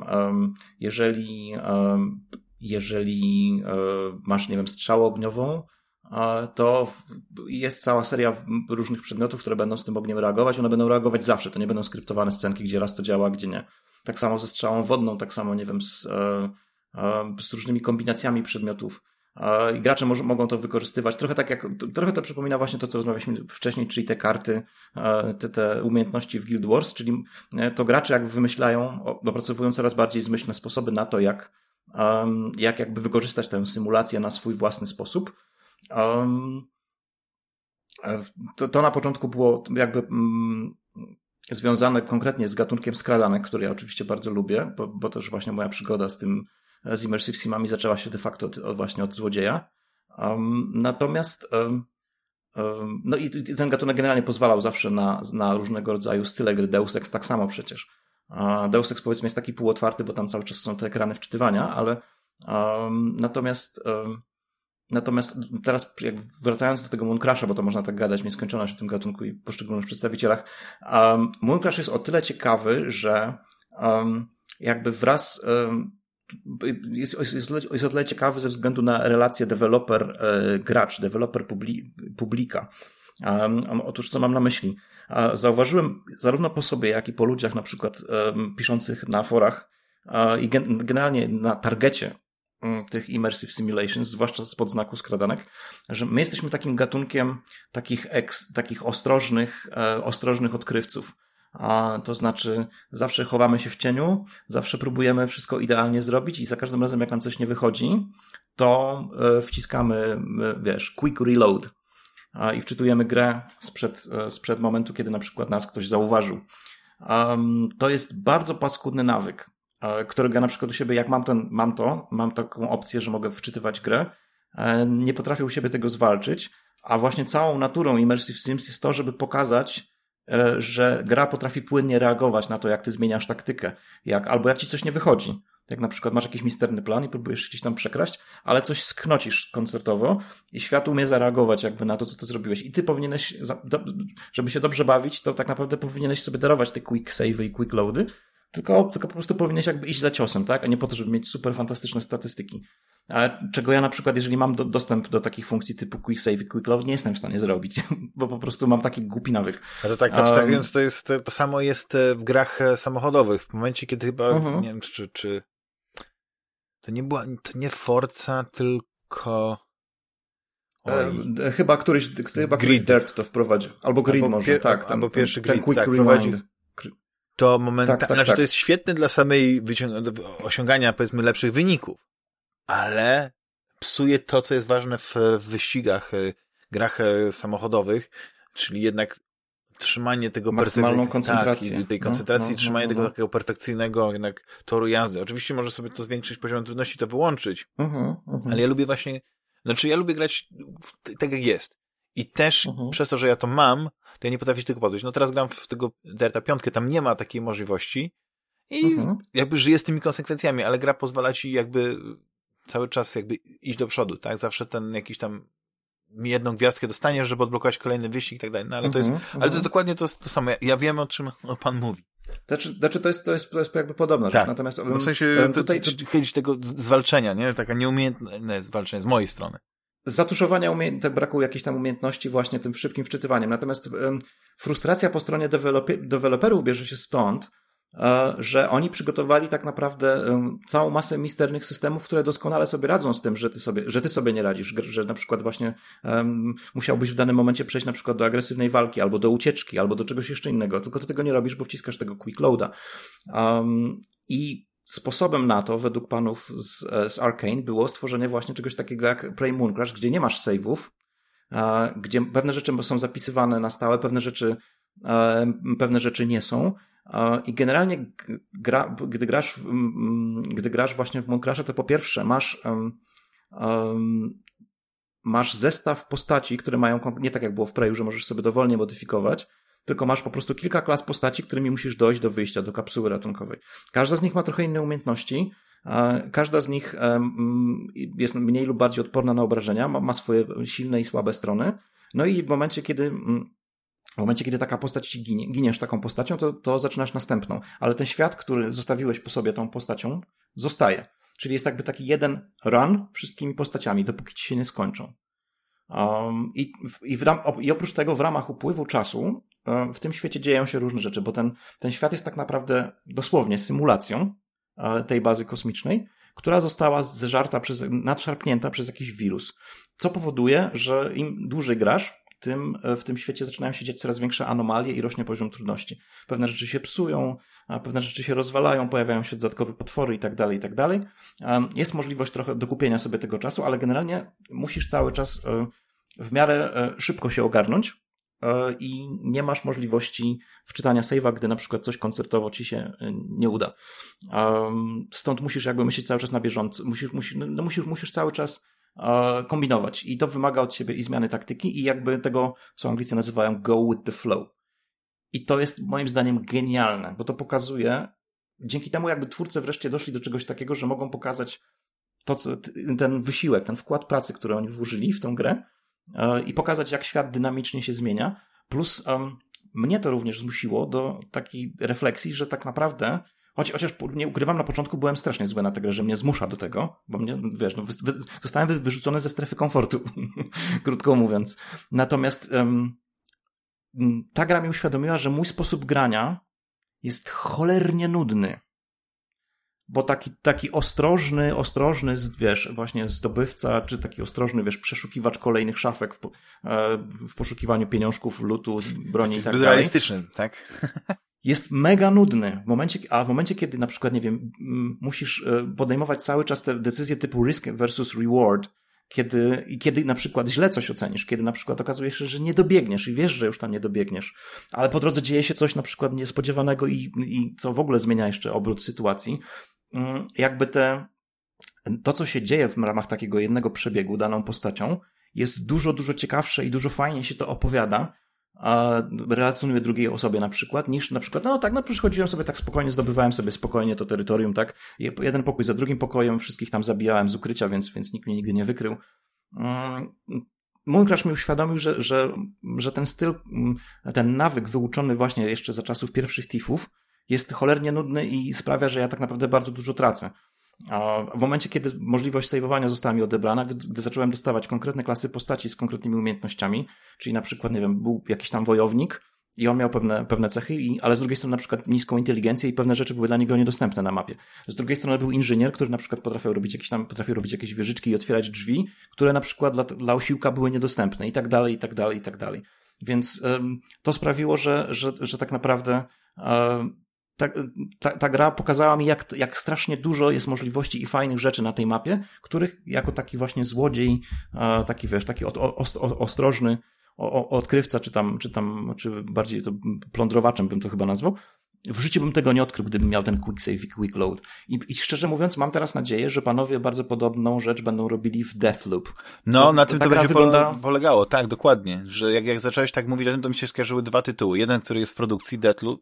jeżeli masz, nie wiem, strzałę ogniową, to jest cała seria różnych przedmiotów, które będą z tym ogniem reagować. One będą reagować zawsze. To nie będą skryptowane scenki, gdzie raz to działa, gdzie nie. Tak samo ze strzałą wodną, tak samo, nie wiem, z różnymi kombinacjami przedmiotów. I gracze mogą to wykorzystywać. Trochę to przypomina właśnie to, co rozmawialiśmy wcześniej, czyli te karty, te umiejętności w Guild Wars, czyli to gracze jakby wymyślają, opracowują coraz bardziej zmyślne sposoby na to, jak jakby wykorzystać tę symulację na swój własny sposób. To na początku było jakby związane konkretnie z gatunkiem skradanek, który ja oczywiście bardzo lubię, bo też właśnie moja przygoda z Immersive Simami zaczęła się de facto właśnie od złodzieja. Natomiast no i ten gatunek generalnie pozwalał zawsze na różnego rodzaju style gry. Deus Ex tak samo przecież. Deus Ex powiedzmy jest taki półotwarty, bo tam cały czas są te ekrany wczytywania, ale natomiast teraz jak wracając do tego Mooncrasha, bo to można tak gadać w nieskończoność o tym gatunku i poszczególnych przedstawicielach, Mooncrash jest o tyle ciekawy, że jakby wraz jest o tyle ciekawy ze względu na relację deweloper-gracz, deweloper-publika. Otóż co mam na myśli? Zauważyłem zarówno po sobie, jak i po ludziach na przykład piszących na forach i generalnie na targecie tych immersive simulations, zwłaszcza spod znaku skradanek, że my jesteśmy takim gatunkiem takich ostrożnych odkrywców. To znaczy zawsze chowamy się w cieniu, zawsze próbujemy wszystko idealnie zrobić i za każdym razem jak nam coś nie wychodzi, to wciskamy, quick reload i wczytujemy grę sprzed momentu, kiedy na przykład nas ktoś zauważył. To jest bardzo paskudny nawyk, którego ja na przykład u siebie, jak mam taką opcję, że mogę wczytywać grę, nie potrafię u siebie tego zwalczyć, a właśnie całą naturą Immersive Sims jest to, żeby pokazać, że gra potrafi płynnie reagować na to, jak ty zmieniasz taktykę, albo jak ci coś nie wychodzi. Jak na przykład masz jakiś misterny plan i próbujesz gdzieś tam przekraść, ale coś sknocisz koncertowo i świat umie zareagować jakby na to, co ty zrobiłeś. I ty powinieneś, żeby się dobrze bawić, to tak naprawdę powinieneś sobie darować te quick save'y i quick loady, tylko po prostu powinieneś jakby iść za ciosem, tak? A nie po to, żeby mieć super fantastyczne statystyki. Czego ja na przykład, jeżeli mam dostęp do takich funkcji typu quick save i quick load, nie jestem w stanie zrobić, bo po prostu mam taki głupi nawyk. A to tak abstrahując, to samo jest w grach samochodowych. W momencie, kiedy chyba, nie wiem, czy to nie Forza, tylko chyba któryś Dirt to wprowadził. Albo Grid może, tak. Albo pierwszy Grid, quick tak, rewind. To to jest świetne dla samej osiągania, powiedzmy, lepszych wyników, ale psuje to, co jest ważne w wyścigach, grach samochodowych, czyli jednak trzymanie tego maksymalną koncentrację. Tak, tej koncentracji, trzymanie tego takiego perfekcyjnego jednak toru jazdy. Oczywiście może sobie to zwiększyć poziom trudności, to wyłączyć, ale ja lubię ja lubię grać tak jak jest. I też przez to, że ja to mam, to ja nie potrafię się tego pozbyć. No teraz gram w tego Dirta 5, tam nie ma takiej możliwości i jakby żyję z tymi konsekwencjami, ale gra pozwala ci jakby cały czas jakby iść do przodu, tak? Zawsze ten jakiś tam jedną gwiazdkę dostaniesz, żeby odblokować kolejny wyścig i tak dalej. No ale to jest dokładnie to samo. Ja wiem, o czym pan mówi. Znaczy to jest jakby podobna rzecz. Natomiast w sensie chylić tego zwalczenia, nie? Taka nieumiejętne zwalczenie z mojej strony. Zatuszowania braku jakiejś tam umiejętności właśnie tym szybkim wczytywaniem. Natomiast frustracja po stronie deweloperów bierze się stąd, że oni przygotowali tak naprawdę całą masę misternych systemów, które doskonale sobie radzą z tym, że ty sobie nie radzisz, że na przykład właśnie musiałbyś w danym momencie przejść na przykład do agresywnej walki, albo do ucieczki, albo do czegoś jeszcze innego, tylko ty tego nie robisz, bo wciskasz tego quick loada. I sposobem na to, według panów z Arcane, było stworzenie właśnie czegoś takiego jak Prey Mooncrash, gdzie nie masz save'ów, gdzie pewne rzeczy są zapisywane na stałe, pewne rzeczy nie są. I generalnie gdy grasz właśnie w Mooncrasha, to po pierwsze masz zestaw postaci, które mają, nie tak jak było w Preyu, że możesz sobie dowolnie modyfikować, tylko masz po prostu kilka klas postaci, którymi musisz dojść do wyjścia, do kapsuły ratunkowej. Każda z nich ma trochę inne umiejętności, każda z nich jest mniej lub bardziej odporna na obrażenia, ma swoje silne i słabe strony. No i w momencie, kiedy taka postać ci giniesz taką postacią, to zaczynasz następną. Ale ten świat, który zostawiłeś po sobie tą postacią, zostaje. Czyli jest jakby taki jeden run wszystkimi postaciami, dopóki ci się nie skończą. I oprócz tego w ramach upływu czasu w tym świecie dzieją się różne rzeczy, bo ten świat jest tak naprawdę dosłownie symulacją tej bazy kosmicznej, która została nadszarpnięta przez jakiś wirus. Co powoduje, że im dłużej grasz, tym w tym świecie zaczynają się dziać coraz większe anomalie i rośnie poziom trudności. Pewne rzeczy się psują, pewne rzeczy się rozwalają, pojawiają się dodatkowe potwory i tak dalej, i tak dalej. Jest możliwość trochę dokupienia sobie tego czasu, ale generalnie musisz cały czas w miarę szybko się ogarnąć i nie masz możliwości wczytania save'a, gdy na przykład coś koncertowo ci się nie uda. Stąd musisz jakby myśleć cały czas na bieżąco. Musisz cały czas kombinować i to wymaga od ciebie i zmiany taktyki i jakby tego, co Anglicy nazywają go with the flow. I to jest moim zdaniem genialne, bo to pokazuje, dzięki temu jakby twórcy wreszcie doszli do czegoś takiego, że mogą pokazać ten wysiłek, ten wkład pracy, który oni włożyli w tę grę i pokazać, jak świat dynamicznie się zmienia. Plus mnie to również zmusiło do takiej refleksji, że tak naprawdę, chociaż nie ukrywam, na początku byłem strasznie zły na tę grę, że mnie zmusza do tego, bo mnie, wiesz, zostałem wyrzucony ze strefy komfortu, krótko mówiąc. Natomiast ta gra mi uświadomiła, że mój sposób grania jest cholernie nudny. Bo taki ostrożny, wiesz, właśnie zdobywca, czy taki ostrożny, wiesz, przeszukiwacz kolejnych szafek w poszukiwaniu pieniążków, lootu, broni i tak dalej. Zbyt realistyczny, tak? Jest mega nudny. W momencie, kiedy na przykład, nie wiem, musisz podejmować cały czas te decyzje typu risk versus reward, kiedy na przykład źle coś ocenisz, kiedy na przykład okazuje się, że nie dobiegniesz i wiesz, że już tam nie dobiegniesz, ale po drodze dzieje się coś na przykład niespodziewanego i co w ogóle zmienia jeszcze obrót sytuacji, jakby to, co się dzieje w ramach takiego jednego przebiegu daną postacią, jest dużo, dużo ciekawsze i dużo fajniej się to opowiada, a relacjonuje drugiej osobie na przykład, niż na przykład, przychodziłem sobie tak spokojnie, zdobywałem sobie spokojnie to terytorium, tak, jeden pokój za drugim pokojem, wszystkich tam zabijałem z ukrycia, więc nikt mnie nigdy nie wykrył. Mooncrash mi uświadomił, że ten styl, ten nawyk wyuczony właśnie jeszcze za czasów pierwszych Thiefów jest cholernie nudny i sprawia, że ja tak naprawdę bardzo dużo tracę. A w momencie, kiedy możliwość save'owania została mi odebrana, gdy zacząłem dostawać konkretne klasy postaci z konkretnymi umiejętnościami, czyli na przykład, nie wiem, był jakiś tam wojownik i on miał pewne cechy, ale z drugiej strony na przykład niską inteligencję i pewne rzeczy były dla niego niedostępne na mapie. Z drugiej strony był inżynier, który na przykład potrafił robić jakieś wieżyczki i otwierać drzwi, które na przykład dla osiłka były niedostępne i tak dalej, i tak dalej, i tak dalej. Więc to sprawiło, że tak naprawdę ta gra pokazała mi, jak strasznie dużo jest możliwości i fajnych rzeczy na tej mapie, których jako taki właśnie złodziej, taki ostrożny odkrywca, czy bardziej to plądrowaczem bym to chyba nazwał, w życiu bym tego nie odkrył, gdybym miał ten quick save i quick load. I szczerze mówiąc, mam teraz nadzieję, że panowie bardzo podobną rzecz będą robili w Deathloop. No, na tym to będzie polegało, tak, dokładnie. Że jak zacząłeś tak mówić o tym, to mi się skojarzyły dwa tytuły. Jeden, który jest w produkcji,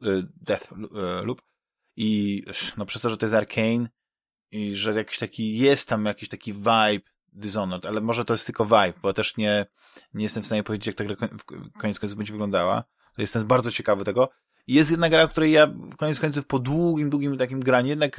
Deathloop, i no przez to, że to jest Arcane i że jest tam jakiś taki vibe Dishonored, ale może to jest tylko vibe, bo też nie jestem w stanie powiedzieć, jak ta gra koniec końców będzie wyglądała. Jestem bardzo ciekawy tego. I jest jedna gra, w której ja koniec końców po długim takim graniu jednak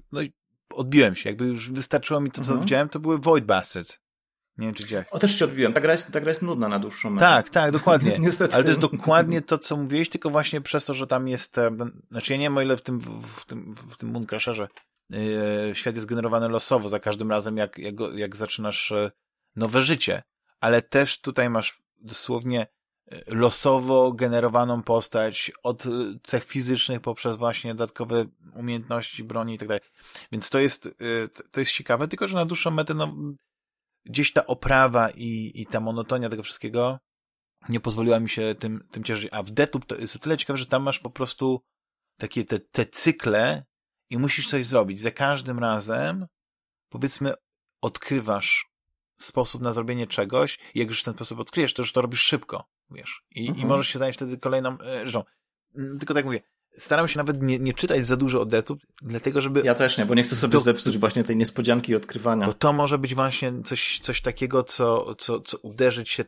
odbiłem się. Jakby już wystarczyło mi to, co widziałem, to były Void Bastards. Nie wiem, czy gdzie. Też się odbiłem. Ta gra jest nudna na dłuższą metę. Tak, dokładnie. Niestety. Ale to jest dokładnie to, co mówiłeś, tylko właśnie przez to, że tam jest, znaczy ja nie wiem, o ile w tym Mooncrasherze świat jest generowany losowo za każdym razem, jak zaczynasz nowe życie. Ale też tutaj masz dosłownie losowo generowaną postać od cech fizycznych poprzez właśnie dodatkowe umiejętności, broni i tak dalej. Więc to jest ciekawe, tylko że na dłuższą metę gdzieś ta oprawa i ta monotonia tego wszystkiego nie pozwoliła mi się tym cieszyć. A w Deathloop to jest o tyle ciekawe, że tam masz po prostu takie te cykle i musisz coś zrobić. Za każdym razem, powiedzmy, odkrywasz sposób na zrobienie czegoś i jak już w ten sposób odkryjesz, to już to robisz szybko, wiesz. I możesz się zająć wtedy kolejną rzeczą. Tylko tak mówię, staram się nawet nie czytać za dużo o Deathloop, dlatego żeby... Ja też nie, bo nie chcę sobie zepsuć właśnie tej niespodzianki i odkrywania. Bo to może być właśnie coś takiego, co uderzyć się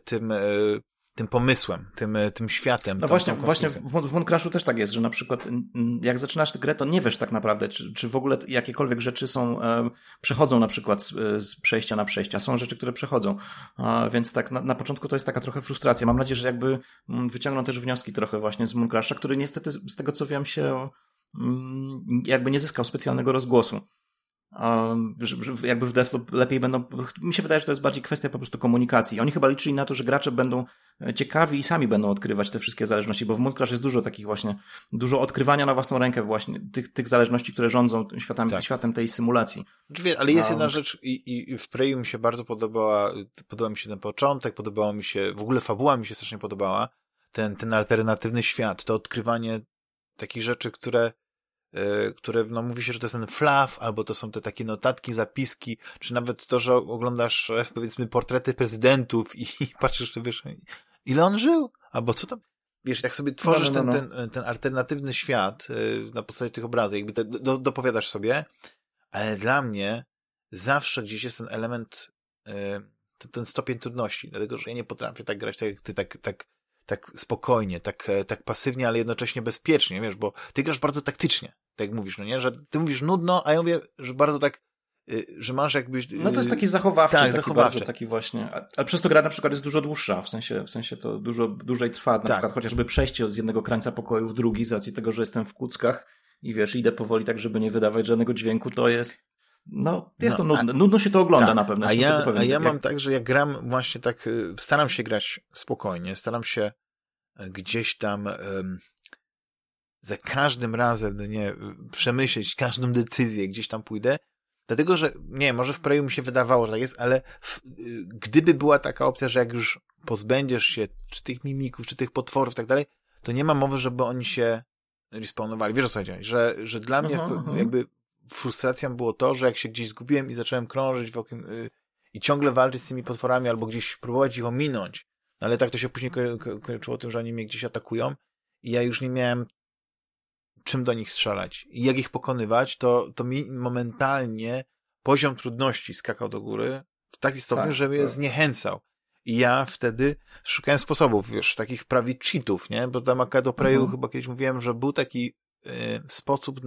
tym pomysłem, tym światem. No właśnie w Mooncrashu też tak jest, że na przykład jak zaczynasz tę grę, to nie wiesz tak naprawdę, czy w ogóle jakiekolwiek rzeczy przechodzą na przykład z przejścia na przejścia. Są rzeczy, które przechodzą. Więc tak na początku to jest taka trochę frustracja. Mam nadzieję, że jakby wyciągną też wnioski trochę właśnie z Mooncrasha, który niestety z tego co wiem się jakby nie zyskał specjalnego rozgłosu. Jakby w Deathloop lepiej będą... Mi się wydaje, że to jest bardziej kwestia po prostu komunikacji. Oni chyba liczyli na to, że gracze będą ciekawi i sami będą odkrywać te wszystkie zależności, bo w Mooncrash jest dużo takich właśnie, dużo odkrywania na własną rękę właśnie tych zależności, które rządzą światem tej symulacji. Ale jest jedna rzecz i w Preyu mi się bardzo podobał mi się ten początek, w ogóle fabuła mi się strasznie podobała, ten alternatywny świat, to odkrywanie takich rzeczy, które no mówi się, że to jest ten fluff, albo to są te takie notatki, zapiski, czy nawet to, że oglądasz, powiedzmy, portrety prezydentów i patrzysz, to wiesz, ile on żył? Albo co tam? wiesz, jak sobie tworzysz ten alternatywny świat na podstawie tych obrazów, jakby dopowiadasz sobie, ale dla mnie zawsze gdzieś jest ten element, ten stopień trudności, dlatego, że ja nie potrafię tak grać, tak jak ty, tak spokojnie, tak pasywnie, ale jednocześnie bezpiecznie, wiesz, bo ty grasz bardzo taktycznie, tak jak mówisz, no nie, że ty mówisz nudno, a ja mówię, że bardzo tak, że masz jakbyś... No to jest taki zachowawczy, tak, taki zachowawczy. bardzo taki właśnie, ale przez to gra na przykład jest dużo dłuższa, w sensie to dużo dłużej trwa, na przykład chociażby przejście z jednego krańca pokoju w drugi, z racji tego, że jestem w kuckach i wiesz, idę powoli tak, żeby nie wydawać żadnego dźwięku, to jest to nudne. Nudno się to ogląda na pewno. A ja mam tak, że jak gram właśnie tak, staram się grać spokojnie, staram się gdzieś tam za każdym razem, przemyśleć każdą decyzję, gdzieś tam pójdę, dlatego, że, nie, może w Preju mi się wydawało, że tak jest, ale gdyby była taka opcja, że jak już pozbędziesz się czy tych mimików, czy tych potworów i tak dalej, to nie ma mowy, żeby oni się respawnowali. Wiesz o co chodzi? Że dla mnie jakby frustracją było to, że jak się gdzieś zgubiłem i zacząłem krążyć wokół i ciągle walczyć z tymi potworami albo gdzieś próbować ich ominąć, ale tak to się później kończyło tym, że oni mnie gdzieś atakują i ja już nie miałem czym do nich strzelać. I jak ich pokonywać, to mi momentalnie poziom trudności skakał do góry w taki stopniu, że mnie zniechęcał. I ja wtedy szukałem sposobów, wiesz, takich prawie cheatów, nie? Bo tam do Preju chyba kiedyś mówiłem, że był taki sposób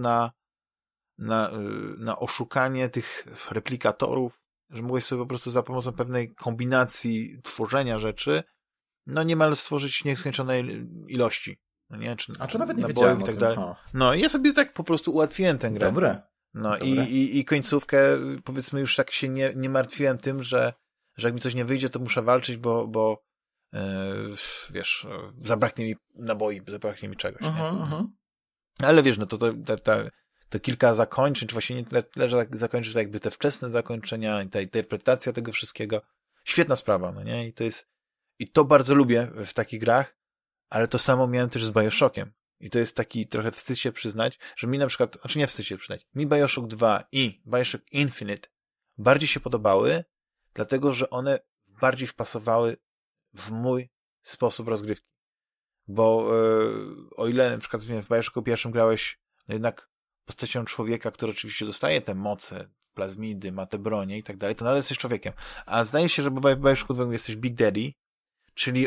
na oszukanie tych replikatorów, że mogłeś sobie po prostu za pomocą pewnej kombinacji tworzenia rzeczy, niemal stworzyć nieskończonej ilości. No nie? A to nawet nie wiedziałem i tak dalej. No i ja sobie tak po prostu ułatwiłem tę grę. Dobre. I końcówkę, powiedzmy, już tak się nie martwiłem tym, że jak mi coś nie wyjdzie, to muszę walczyć, bo wiesz, zabraknie mi naboi, zabraknie mi czegoś. Ale wiesz, to kilka zakończeń, czy właśnie nie tyle, że zakończyć jakby te wczesne zakończenia i ta interpretacja tego wszystkiego. Świetna sprawa, no nie? I to bardzo lubię w takich grach, ale to samo miałem też z BioShockiem. I to jest taki trochę wstyd się przyznać, że mi na przykład, znaczy nie wstyd się przyznać, mi BioShock 2 i BioShock Infinite bardziej się podobały, dlatego, że one bardziej wpasowały w mój sposób rozgrywki. Bo o ile na przykład w BioShocku pierwszym grałeś jednak postacią człowieka, który oczywiście dostaje te moce, plazmidy, ma te bronie i tak dalej, to nadal jesteś człowiekiem. A zdaje się, że w BioShocku 2 jesteś Big Daddy, czyli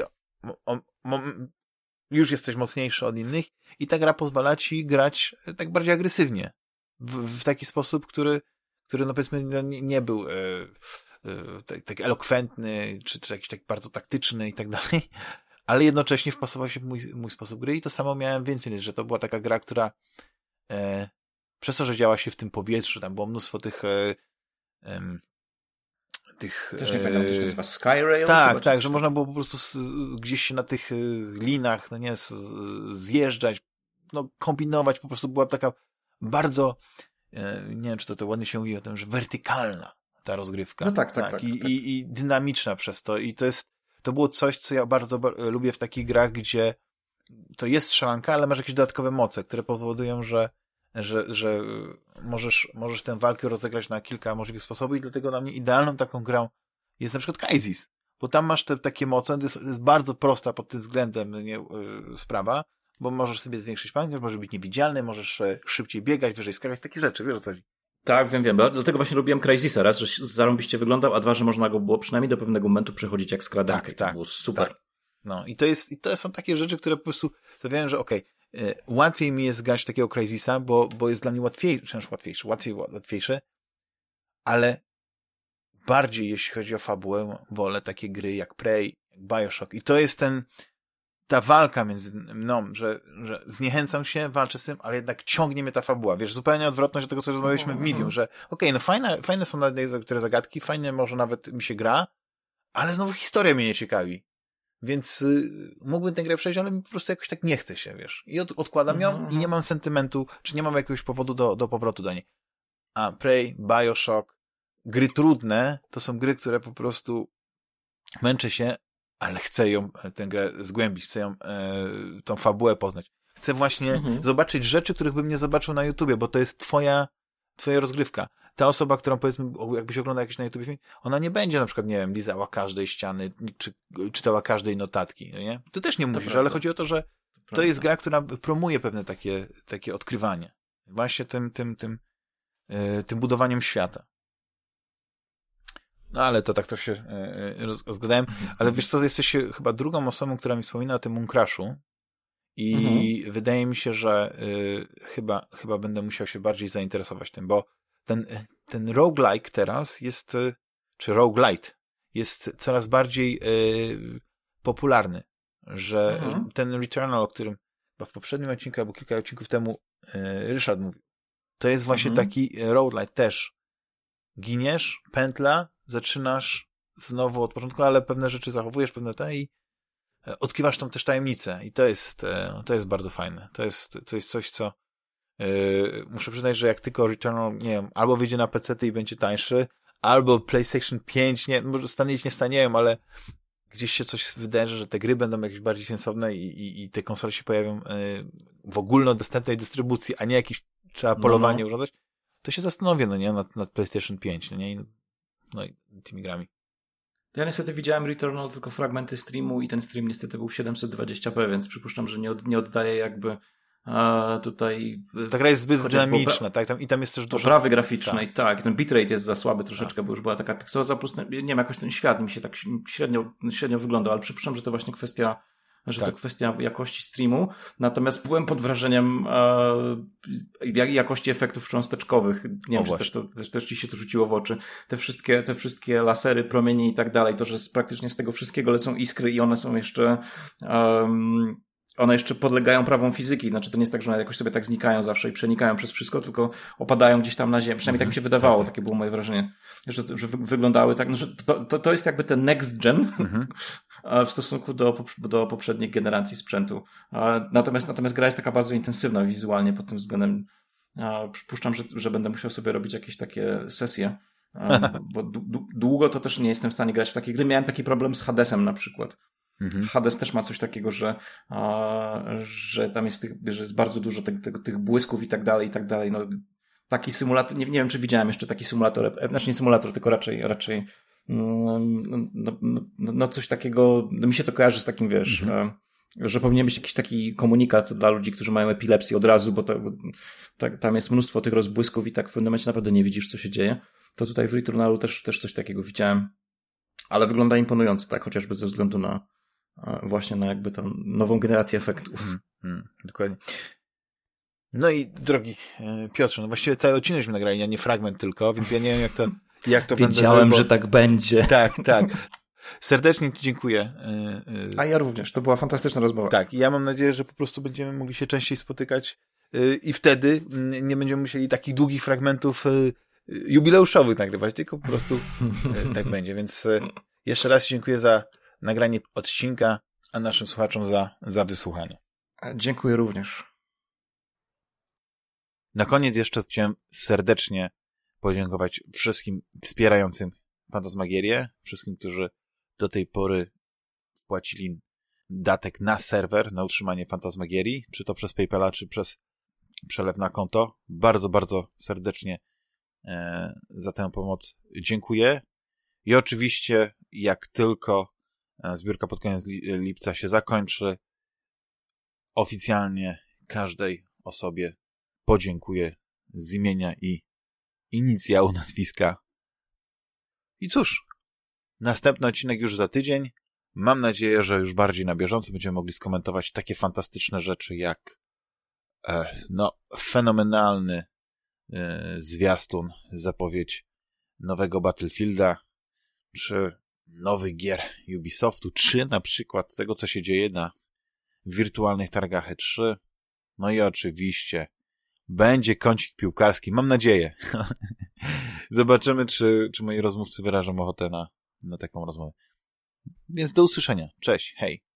już jesteś mocniejszy od innych i ta gra pozwala ci grać tak bardziej agresywnie. W taki sposób, który no powiedzmy nie był tak elokwentny, czy jakiś tak bardzo taktyczny i tak dalej, ale jednocześnie wpasował się w mój sposób gry i to samo miałem więcej, że to była taka gra, która przez to, że działa się w tym powietrzu, tam było mnóstwo tych też nie pamiętam, to się nazywa Skyrail? Tak, że można było po prostu gdzieś się na tych linach, zjeżdżać, kombinować, po prostu była taka bardzo, nie wiem, czy to ładnie się mówi o tym, że wertykalna ta rozgrywka. No tak. I dynamiczna przez to. I to było coś, co ja bardzo lubię w takich grach, gdzie to jest strzelanka, ale masz jakieś dodatkowe moce, które powodują, że możesz tę walkę rozegrać na kilka możliwych sposobów i dlatego dla mnie idealną taką grą jest na przykład Crysis, bo tam masz takie moce, to jest bardzo prosta pod tym względem sprawa, bo możesz sobie zwiększyć pamięć, możesz być niewidzialny, możesz szybciej biegać, wyżej skakać, takie rzeczy, wiesz o co chodzi. Tak, wiem, dlatego właśnie lubiłem Crysisa, raz, że zarąbiście wyglądał, a dwa, że można go było przynajmniej do pewnego momentu przechodzić jak skradankę. Tak, to było super. Tak. No i to są takie rzeczy, które po prostu sprawiają, że łatwiej mi jest grać takiego Crysisa, bo jest dla mnie łatwiejszy, ale bardziej, jeśli chodzi o fabułę, wolę takie gry jak Prey, jak BioShock. I to jest ta walka między mną, że zniechęcam się, walczę z tym, ale jednak ciągnie mnie ta fabuła. Wiesz, zupełnie odwrotność do tego, co rozmawialiśmy w Medium, że fajne są niektóre zagadki, fajnie może nawet mi się gra, ale znowu historia mnie nie ciekawi. Więc mógłbym tę grę przejść, ale mi po prostu jakoś tak nie chce się, wiesz. I odkładam ją i nie mam sentymentu, czy nie mam jakiegoś powodu do powrotu do niej. A Prey, BioShock, gry trudne, to są gry, które po prostu męczę się, ale chcę tę grę zgłębić, chcę tą fabułę poznać. Chcę właśnie zobaczyć rzeczy, których bym nie zobaczył na YouTubie, bo to jest twoja rozgrywka. Ta osoba, którą powiedzmy, jakbyś oglądał jakiś na YouTube film, ona nie będzie na przykład, nie wiem, lizała każdej ściany, czy czytała każdej notatki, no nie? Ty też nie musisz, ale chodzi o to, że to jest gra, która promuje pewne takie odkrywanie. Właśnie tym budowaniem świata. No ale to tak to się rozgadałem. Ale wiesz co, jesteś chyba drugą osobą, która mi wspomina o tym Mooncrashu i wydaje mi się, że chyba będę musiał się bardziej zainteresować tym, bo ten roguelike teraz jest, czy roguelite, jest coraz bardziej popularny, że ten Returnal, o którym chyba w poprzednim odcinku albo kilka odcinków temu Ryszard mówił, to jest właśnie taki roguelite też. Giniesz, pętla, zaczynasz znowu od początku, ale pewne rzeczy zachowujesz, pewne i odkrywasz tam też tajemnicę i to jest bardzo fajne. To jest coś, co muszę przyznać, że jak tylko Returnal, nie wiem, albo wyjdzie na PC i będzie tańszy, albo PlayStation 5, może stanieć nie stanieją, ale gdzieś się coś wydarzy, że te gry będą jakieś bardziej sensowne i te konsole się pojawią w ogólnodostępnej dystrybucji, a nie jakieś trzeba polowanie urządzać, to się zastanowię, nad PlayStation 5, i tymi grami. Ja niestety widziałem Returnal tylko fragmenty streamu i ten stream niestety był 720p, więc przypuszczam, że nie oddaje jakby tutaj... Ta gra jest zbyt dynamiczna, tak? I tam jest też dużo... Oprawy graficznej, tak. Ten bitrate jest za słaby troszeczkę, bo już była taka pikseloza, plus nie wiem, jakoś ten świat mi się tak średnio wyglądał, ale przypuszczam, że to właśnie kwestia to kwestia jakości streamu. Natomiast byłem pod wrażeniem jakości efektów cząsteczkowych. Nie wiem, czy też ci się to rzuciło w oczy. Te wszystkie lasery, promienie i tak dalej, to, że praktycznie z tego wszystkiego lecą iskry i one są jeszcze one jeszcze podlegają prawom fizyki. Znaczy to nie jest tak, że one jakoś sobie tak znikają zawsze i przenikają przez wszystko, tylko opadają gdzieś tam na ziemię. Przynajmniej tak mi się wydawało, takie było moje wrażenie. Że wyglądały tak, że to jest jakby ten next gen w stosunku do poprzednich generacji sprzętu. Natomiast gra jest taka bardzo intensywna wizualnie pod tym względem. Przypuszczam, że będę musiał sobie robić jakieś takie sesje, bo długo to też nie jestem w stanie grać w takie gry. Miałem taki problem z Hadesem na przykład. Hades też ma coś takiego, że tam jest że jest bardzo dużo tych błysków i tak dalej, i tak dalej. No, taki symulator, nie wiem, czy widziałem jeszcze taki symulator, znaczy nie symulator, tylko raczej coś takiego, mi się to kojarzy z takim, wiesz, że powinien być jakiś taki komunikat dla ludzi, którzy mają epilepsję od razu, bo tam jest mnóstwo tych rozbłysków i tak w pewnym momencie naprawdę nie widzisz, co się dzieje. To tutaj w Returnalu też coś takiego widziałem, ale wygląda imponująco, tak, chociażby ze względu na właśnie na jakby tam nową generację efektów. Dokładnie. No i drogi Piotrze, no właściwie cały odcinek nagrali, a nie fragment tylko, więc ja nie wiem jak to Wiedziałem, że tak będzie. Tak. Serdecznie Ci dziękuję. A ja również, to była fantastyczna rozmowa. Tak, i ja mam nadzieję, że po prostu będziemy mogli się częściej spotykać i wtedy nie będziemy musieli takich długich fragmentów jubileuszowych nagrywać, tylko po prostu tak będzie. Więc jeszcze raz dziękuję za nagranie odcinka, a naszym słuchaczom za wysłuchanie. Dziękuję również. Na koniec jeszcze chciałem serdecznie podziękować wszystkim wspierającym Fantasmagierię, wszystkim, którzy do tej pory wpłacili datek na serwer, na utrzymanie Fantasmagierii, czy to przez PayPala, czy przez przelew na konto. Bardzo, bardzo serdecznie za tę pomoc dziękuję. I oczywiście, jak tylko zbiórka pod koniec lipca się zakończy, oficjalnie każdej osobie podziękuję z imienia i inicjału nazwiska. I cóż, następny odcinek już za tydzień. Mam nadzieję, że już bardziej na bieżąco będziemy mogli skomentować takie fantastyczne rzeczy jak fenomenalny zwiastun, zapowiedź nowego Battlefielda, czy nowych gier Ubisoftu, czy na przykład tego, co się dzieje na wirtualnych targach E3. No i oczywiście będzie kącik piłkarski, mam nadzieję. Zobaczymy, czy moi rozmówcy wyrażą ochotę na taką rozmowę. Więc do usłyszenia. Cześć, hej.